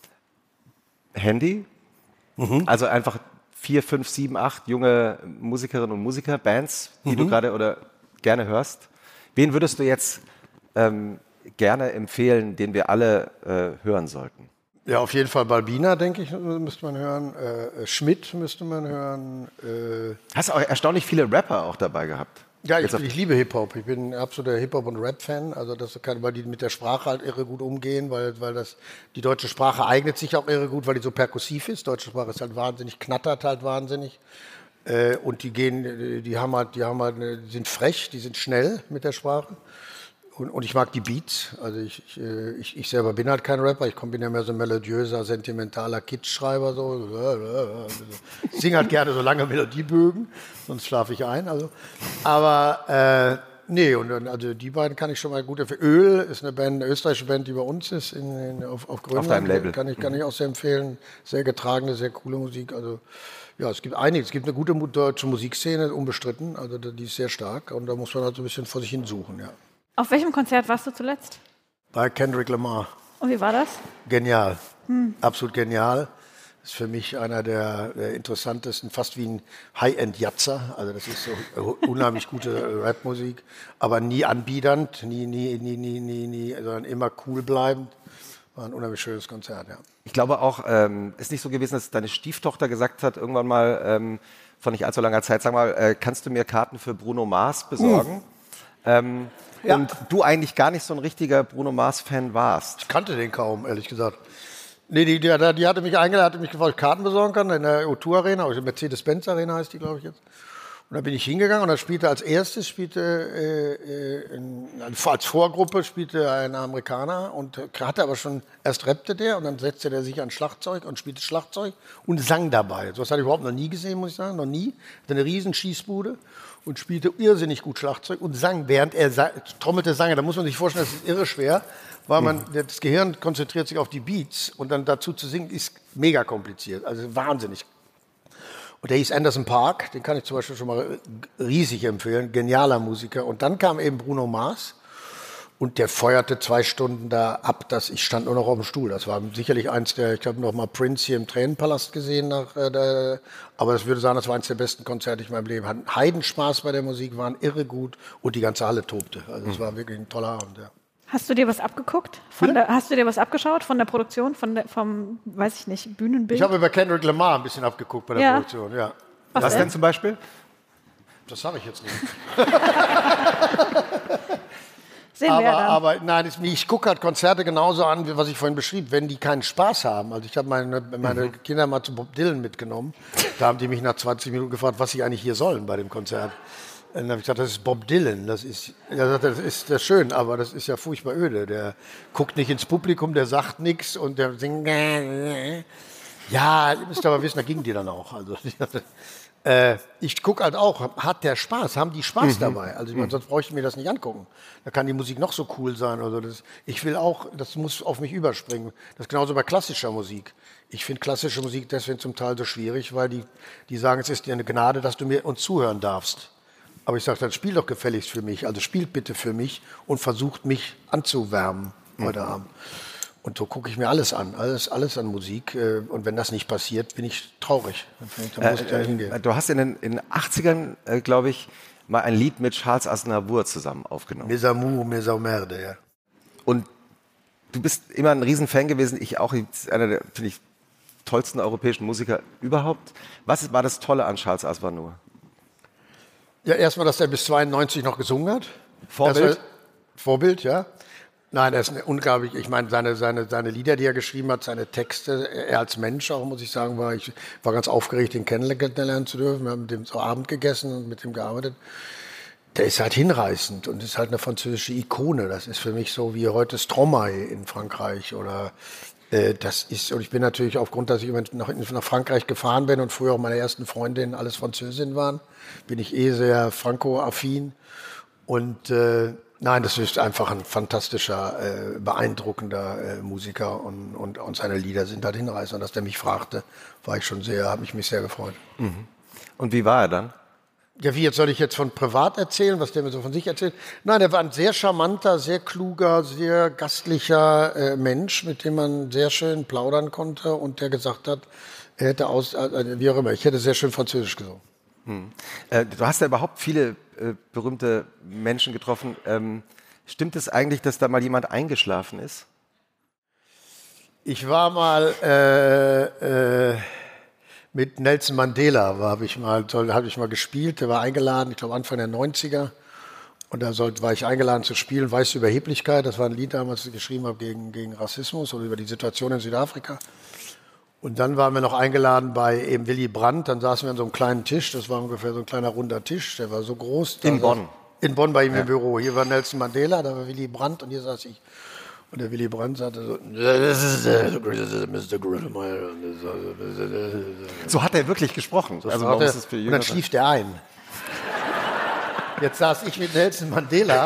Handy. Mhm. Also einfach vier, fünf, sieben, acht junge Musikerinnen und Musiker, Bands, die mhm. du gerade oder gerne hörst. Wen würdest du jetzt Ähm, gerne empfehlen, den wir alle äh, hören sollten? Ja, auf jeden Fall Balbina, denke ich, müsste man hören. Äh, Schmidt müsste man hören. Äh Hast du auch erstaunlich viele Rapper auch dabei gehabt? Ja, ich, ich liebe Hip-Hop. Ich bin ein absoluter Hip-Hop- und Rap-Fan. Also das kann, weil die mit der Sprache halt irre gut umgehen, weil, weil das, die deutsche Sprache eignet sich auch irre gut, weil die so perkussiv ist. Deutsche Sprache ist halt wahnsinnig, knattert halt wahnsinnig. Äh, und die gehen, die haben halt, die haben halt, die sind frech, die sind schnell mit der Sprache. Und, und ich mag die Beats. Also ich, ich, ich, ich selber bin halt kein Rapper. Ich bin ja mehr so ein melodiöser, sentimentaler Kitschschreiber. So. Ich singe halt gerne so lange Melodiebögen, sonst schlafe ich ein. Also. Aber äh, nee, und also die beiden kann ich schon mal gut empfehlen. Öl ist eine Band, eine österreichische Band, die bei uns ist in, in, auf, auf Grönland. Auf deinem Label. Kann ich, kann ich auch sehr empfehlen. Sehr getragene, sehr coole Musik. Also ja, es gibt einiges. Es gibt eine gute deutsche Musikszene, unbestritten. Also die ist sehr stark. Und da muss man halt so ein bisschen vor sich hin suchen, ja. Auf welchem Konzert warst du zuletzt? Bei Kendrick Lamar. Und wie war das? Genial. Hm. Absolut genial. Das ist für mich einer der, der interessantesten, fast wie ein High-End-Jatzer. Also das ist so unheimlich gute Rapmusik, aber nie anbiedernd, nie, nie, nie, nie, nie, nie, sondern immer cool bleibend. War ein unheimlich schönes Konzert, ja. Ich glaube auch, ähm, ist nicht so gewesen, dass deine Stieftochter gesagt hat, irgendwann mal, ähm, vor nicht allzu langer Zeit, sag mal, äh, kannst du mir Karten für Bruno Mars besorgen? Hm. Ähm, ja. Und du eigentlich gar nicht so ein richtiger Bruno Mars-Fan warst. Ich kannte den kaum, ehrlich gesagt. Nee, die, die, die hatte mich eingeladen, hatte mich gefragt, ob ich Karten besorgen kann in der O zwei Arena, also Mercedes-Benz Arena heißt die, glaube ich jetzt. Und dann bin ich hingegangen und dann spielte als erstes, spielte äh, in, als Vorgruppe spielte ein Amerikaner und hatte aber schon, erst rappte der und dann setzte der sich an Schlagzeug und spielte Schlagzeug und sang dabei. So was hatte ich überhaupt noch nie gesehen, muss ich sagen, noch nie. Hatte eine riesen Schießbude und spielte irrsinnig gut Schlagzeug und sang, während er sa- trommelte, sang. Da muss man sich vorstellen, das ist irre schwer, weil man, das Gehirn konzentriert sich auf die Beats und dann dazu zu singen ist mega kompliziert, also wahnsinnig. Und der hieß Anderson .Paak, den kann ich zum Beispiel schon mal riesig empfehlen, genialer Musiker. Und dann kam eben Bruno Mars und der feuerte zwei Stunden da ab, dass ich stand nur noch auf dem Stuhl. Das war sicherlich eins der, ich habe noch mal Prince hier im Tränenpalast gesehen, nach, äh, der, aber ich würde sagen, das war eins der besten Konzerte, die ich in meinem Leben hatte. Heidenspaß bei der Musik, waren irre gut und die ganze Halle tobte. Also es war wirklich ein toller Abend, ja. Hast du dir was abgeguckt? Von der, hast du dir was abgeschaut von der Produktion, von der, vom, weiß ich nicht, Bühnenbild? Ich habe über Kendrick Lamar ein bisschen abgeguckt bei der Ja. Produktion, ja. Was, Was denn zum Beispiel? Das sage ich jetzt nicht. Sehen wir Aber, ja dann. aber nein, das- ich gucke halt Konzerte genauso an, wie was ich vorhin beschrieb, wenn die keinen Spaß haben. Also ich habe meine, meine Kinder mal zu Bob Dylan mitgenommen. Da haben die mich nach zwanzig Minuten gefragt, was sie eigentlich hier sollen bei dem Konzert. Und dann habe ich gesagt, das ist Bob Dylan. Das ist, er sagt, das ist das schön, aber das ist ja furchtbar öde. Der guckt nicht ins Publikum, der sagt nichts und der singt. Ja, ihr müsst aber wissen, da ging die dann auch. Also, äh, ich gucke halt auch, hat der Spaß, haben die Spaß dabei? Also ich meine, sonst bräuchte ich mir das nicht angucken. Da kann die Musik noch so cool sein. Oder das, ich will auch, das muss auf mich überspringen. Das ist genauso bei klassischer Musik. Ich finde klassische Musik deswegen zum Teil so schwierig, weil die, die sagen, es ist dir eine Gnade, dass du mir uns zuhören darfst. Aber ich sage, dann spiel doch gefälligst für mich. Also spielt bitte für mich und versucht mich anzuwärmen heute mhm. Abend. Und so gucke ich mir alles an, alles, alles an Musik. Und wenn das nicht passiert, bin ich traurig. Dann muss ich da hingehen. Äh, du hast in den, in den achtzigern, äh, glaube ich, mal ein Lied mit Charles Aznavour zusammen aufgenommen. Mes amours, mes emmerdes, ja. Und du bist immer ein Riesenfan gewesen. Ich auch, einer der, finde ich, tollsten europäischen Musiker überhaupt. Was war das Tolle an Charles Aznavour? Ja, erstmal, dass er bis zweiundneunzig noch gesungen hat. Vorbild? War, Vorbild, ja. Nein, er ist unglaublich. Ich meine, seine, seine, seine Lieder, die er geschrieben hat, seine Texte, er als Mensch auch, muss ich sagen, war ich war ganz aufgeregt, ihn kennenlernen zu dürfen. Wir haben mit dem so Abend gegessen und mit ihm gearbeitet. Der ist halt hinreißend und ist halt eine französische Ikone. Das ist für mich so wie heute Stromae in Frankreich oder äh, das ist, und ich bin natürlich aufgrund, dass ich immer nach, nach Frankreich gefahren bin und früher auch meine ersten Freundinnen alles Französinnen waren, bin ich eh sehr franco-affin und äh, nein, das ist einfach ein fantastischer, äh, beeindruckender äh, Musiker und, und, und seine Lieder sind halt hinreißend. Und dass der mich fragte, war ich schon sehr, habe ich mich sehr gefreut. Mhm. Und wie war er dann? Ja, wie jetzt soll ich jetzt von privat erzählen, was der mir so von sich erzählt? Nein, er war ein sehr charmanter, sehr kluger, sehr gastlicher äh, Mensch, mit dem man sehr schön plaudern konnte und der gesagt hat, er hätte aus, äh, wie auch immer, ich hätte sehr schön Französisch gesungen. Hm. Äh, du hast ja überhaupt viele äh, berühmte Menschen getroffen. Ähm, stimmt es eigentlich, dass da mal jemand eingeschlafen ist? Ich war mal äh, äh, mit Nelson Mandela, habe ich, hab ich mal gespielt. Der war eingeladen, ich glaube Anfang der neunziger. Und da soll, war ich eingeladen zu spielen, Weiße Überheblichkeit. Das war ein Lied damals, das ich geschrieben habe gegen, gegen Rassismus oder über die Situation in Südafrika. Und dann waren wir noch eingeladen bei eben Willy Brandt. Dann saßen wir an so einem kleinen Tisch. Das war ungefähr so ein kleiner runder Tisch. Der war so groß. In Bonn? In Bonn bei ihm ja. Im Büro. Hier war Nelson Mandela, da war Willy Brandt und hier saß ich. Und der Willy Brandt sagte so, this is Mister Grönemeyer. So hat er wirklich gesprochen. So also er, und dann schlief der ein. Jetzt saß ich mit Nelson Mandela,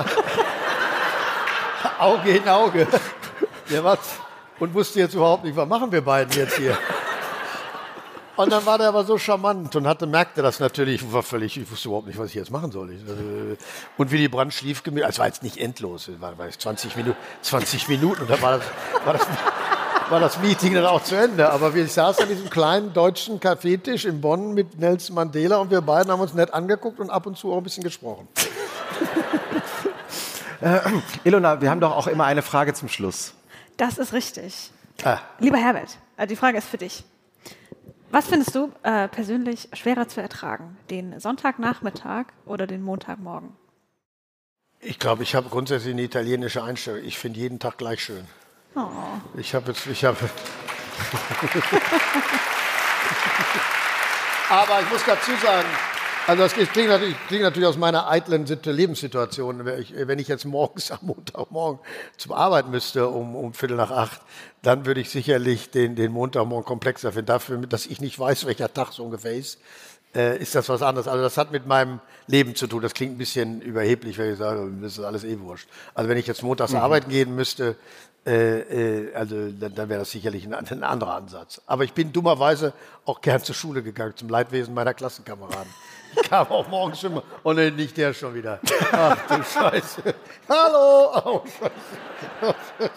Auge in Auge. Der war und wusste jetzt überhaupt nicht, was machen wir beiden jetzt hier. Und dann war der aber so charmant und hatte, merkte das natürlich, ich war völlig, ich wusste überhaupt nicht, was ich jetzt machen soll. Und Willy Brandt schlief gemütlich, also war jetzt nicht endlos, es war, war zwanzig Minuten, zwanzig Minuten und dann war das, war, das, war das Meeting dann auch zu Ende. Aber wir saßen an diesem kleinen deutschen Kaffeetisch in Bonn mit Nelson Mandela und wir beiden haben uns nett angeguckt und ab und zu auch ein bisschen gesprochen. Äh, Ilona, wir haben doch auch immer eine Frage zum Schluss. Das ist richtig. Ah. Lieber Herbert, die Frage ist für dich. Was findest du äh, persönlich schwerer zu ertragen? Den Sonntagnachmittag oder den Montagmorgen? Ich glaube, ich habe grundsätzlich eine italienische Einstellung. Ich finde jeden Tag gleich schön. Oh. Ich habe jetzt, ich habe, Aber ich muss dazu sagen, also das klingt natürlich, klingt natürlich aus meiner eitlen Lebenssituation. Wenn ich jetzt morgens am Montagmorgen zum Arbeiten müsste um, um Viertel nach acht, dann würde ich sicherlich den, den Montagmorgen komplexer finden. Dafür, dass ich nicht weiß, welcher Tag so ungefähr ist, äh, ist das was anderes. Also das hat mit meinem Leben zu tun. Das klingt ein bisschen überheblich, wenn ich sage, das ist alles eh wurscht. Also wenn ich jetzt montags mhm. arbeiten gehen müsste, Äh, äh, also dann, dann wäre das sicherlich ein, ein anderer Ansatz. Aber ich bin dummerweise auch gern zur Schule gegangen, zum Leidwesen meiner Klassenkameraden. Ich kam auch morgens immer, oh ne, nicht der schon wieder. Ach du Scheiße. Hallo. Oh, Scheiße.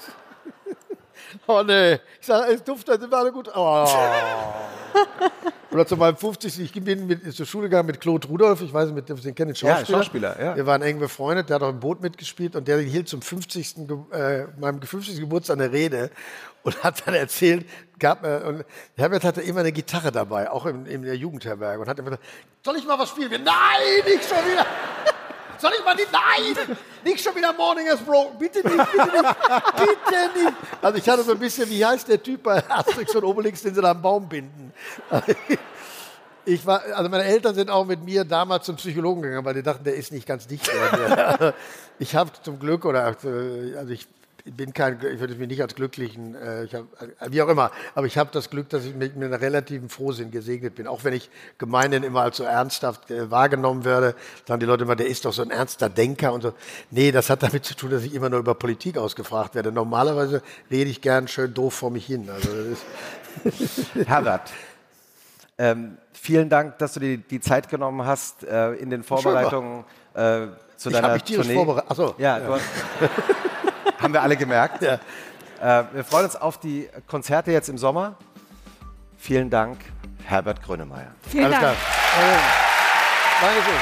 Oh ne, ich sage, es duftet, sind wir alle gut. Oh. Oder zu meinem fünfzigsten Ich bin mit, zur Schule gegangen mit Claude Rudolph, ich weiß nicht, mit den kennen den Schauspieler. Ja, Schauspieler, ja. Wir waren eng befreundet, der hat auch im Boot mitgespielt und der hielt zum fünfzigsten Äh, meinem fünfzigsten Geburtstag eine Rede und hat dann erzählt, gab mir, und Herbert hatte immer eine Gitarre dabei, auch in, in der Jugendherberge und hat immer gesagt, soll ich mal was spielen? Wir, nein, nicht schon wieder. Soll ich mal nicht? Nein! Nicht schon wieder Morning has broken. Bitte nicht, bitte nicht, bitte nicht. Also ich hatte so ein bisschen, wie heißt der Typ bei Asterix und Obelix, den sie da am Baum binden. Ich war, also meine Eltern sind auch mit mir damals zum Psychologen gegangen, weil die dachten, der ist nicht ganz dicht. Ich habe zum Glück, oder also ich bin kein, ich würde mich nicht als glücklichen, äh, ich hab, wie auch immer, aber ich habe das Glück, dass ich mit, mit einer relativen Frohsinn gesegnet bin. Auch wenn ich gemeinhin immer als so ernsthaft äh, wahrgenommen werde, sagen die Leute immer, der ist doch so ein ernster Denker und so. Nee, das hat damit zu tun, dass ich immer nur über Politik ausgefragt werde. Normalerweise rede ich gern schön doof vor mich hin. Also das ist Herbert, ähm, vielen Dank, dass du dir die Zeit genommen hast äh, in den Vorbereitungen äh, zu ich deiner mich tierisch Tournee. Vorbereitet. Achso. Ja, ja. Du hast haben wir alle gemerkt. Ja. Äh, wir freuen uns auf die Konzerte jetzt im Sommer. Vielen Dank, Herbert Grönemeyer. Vielen Alles Dank. Klar. Dankeschön.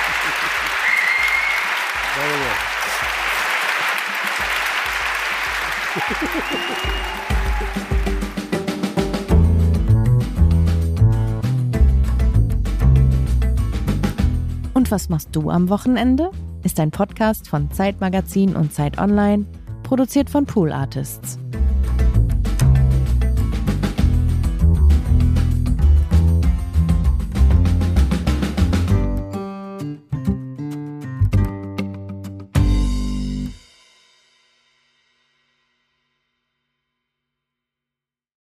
Und was machst du am Wochenende? Ist ein Podcast von Zeit Magazin und Zeit Online, produziert von Pool Artists.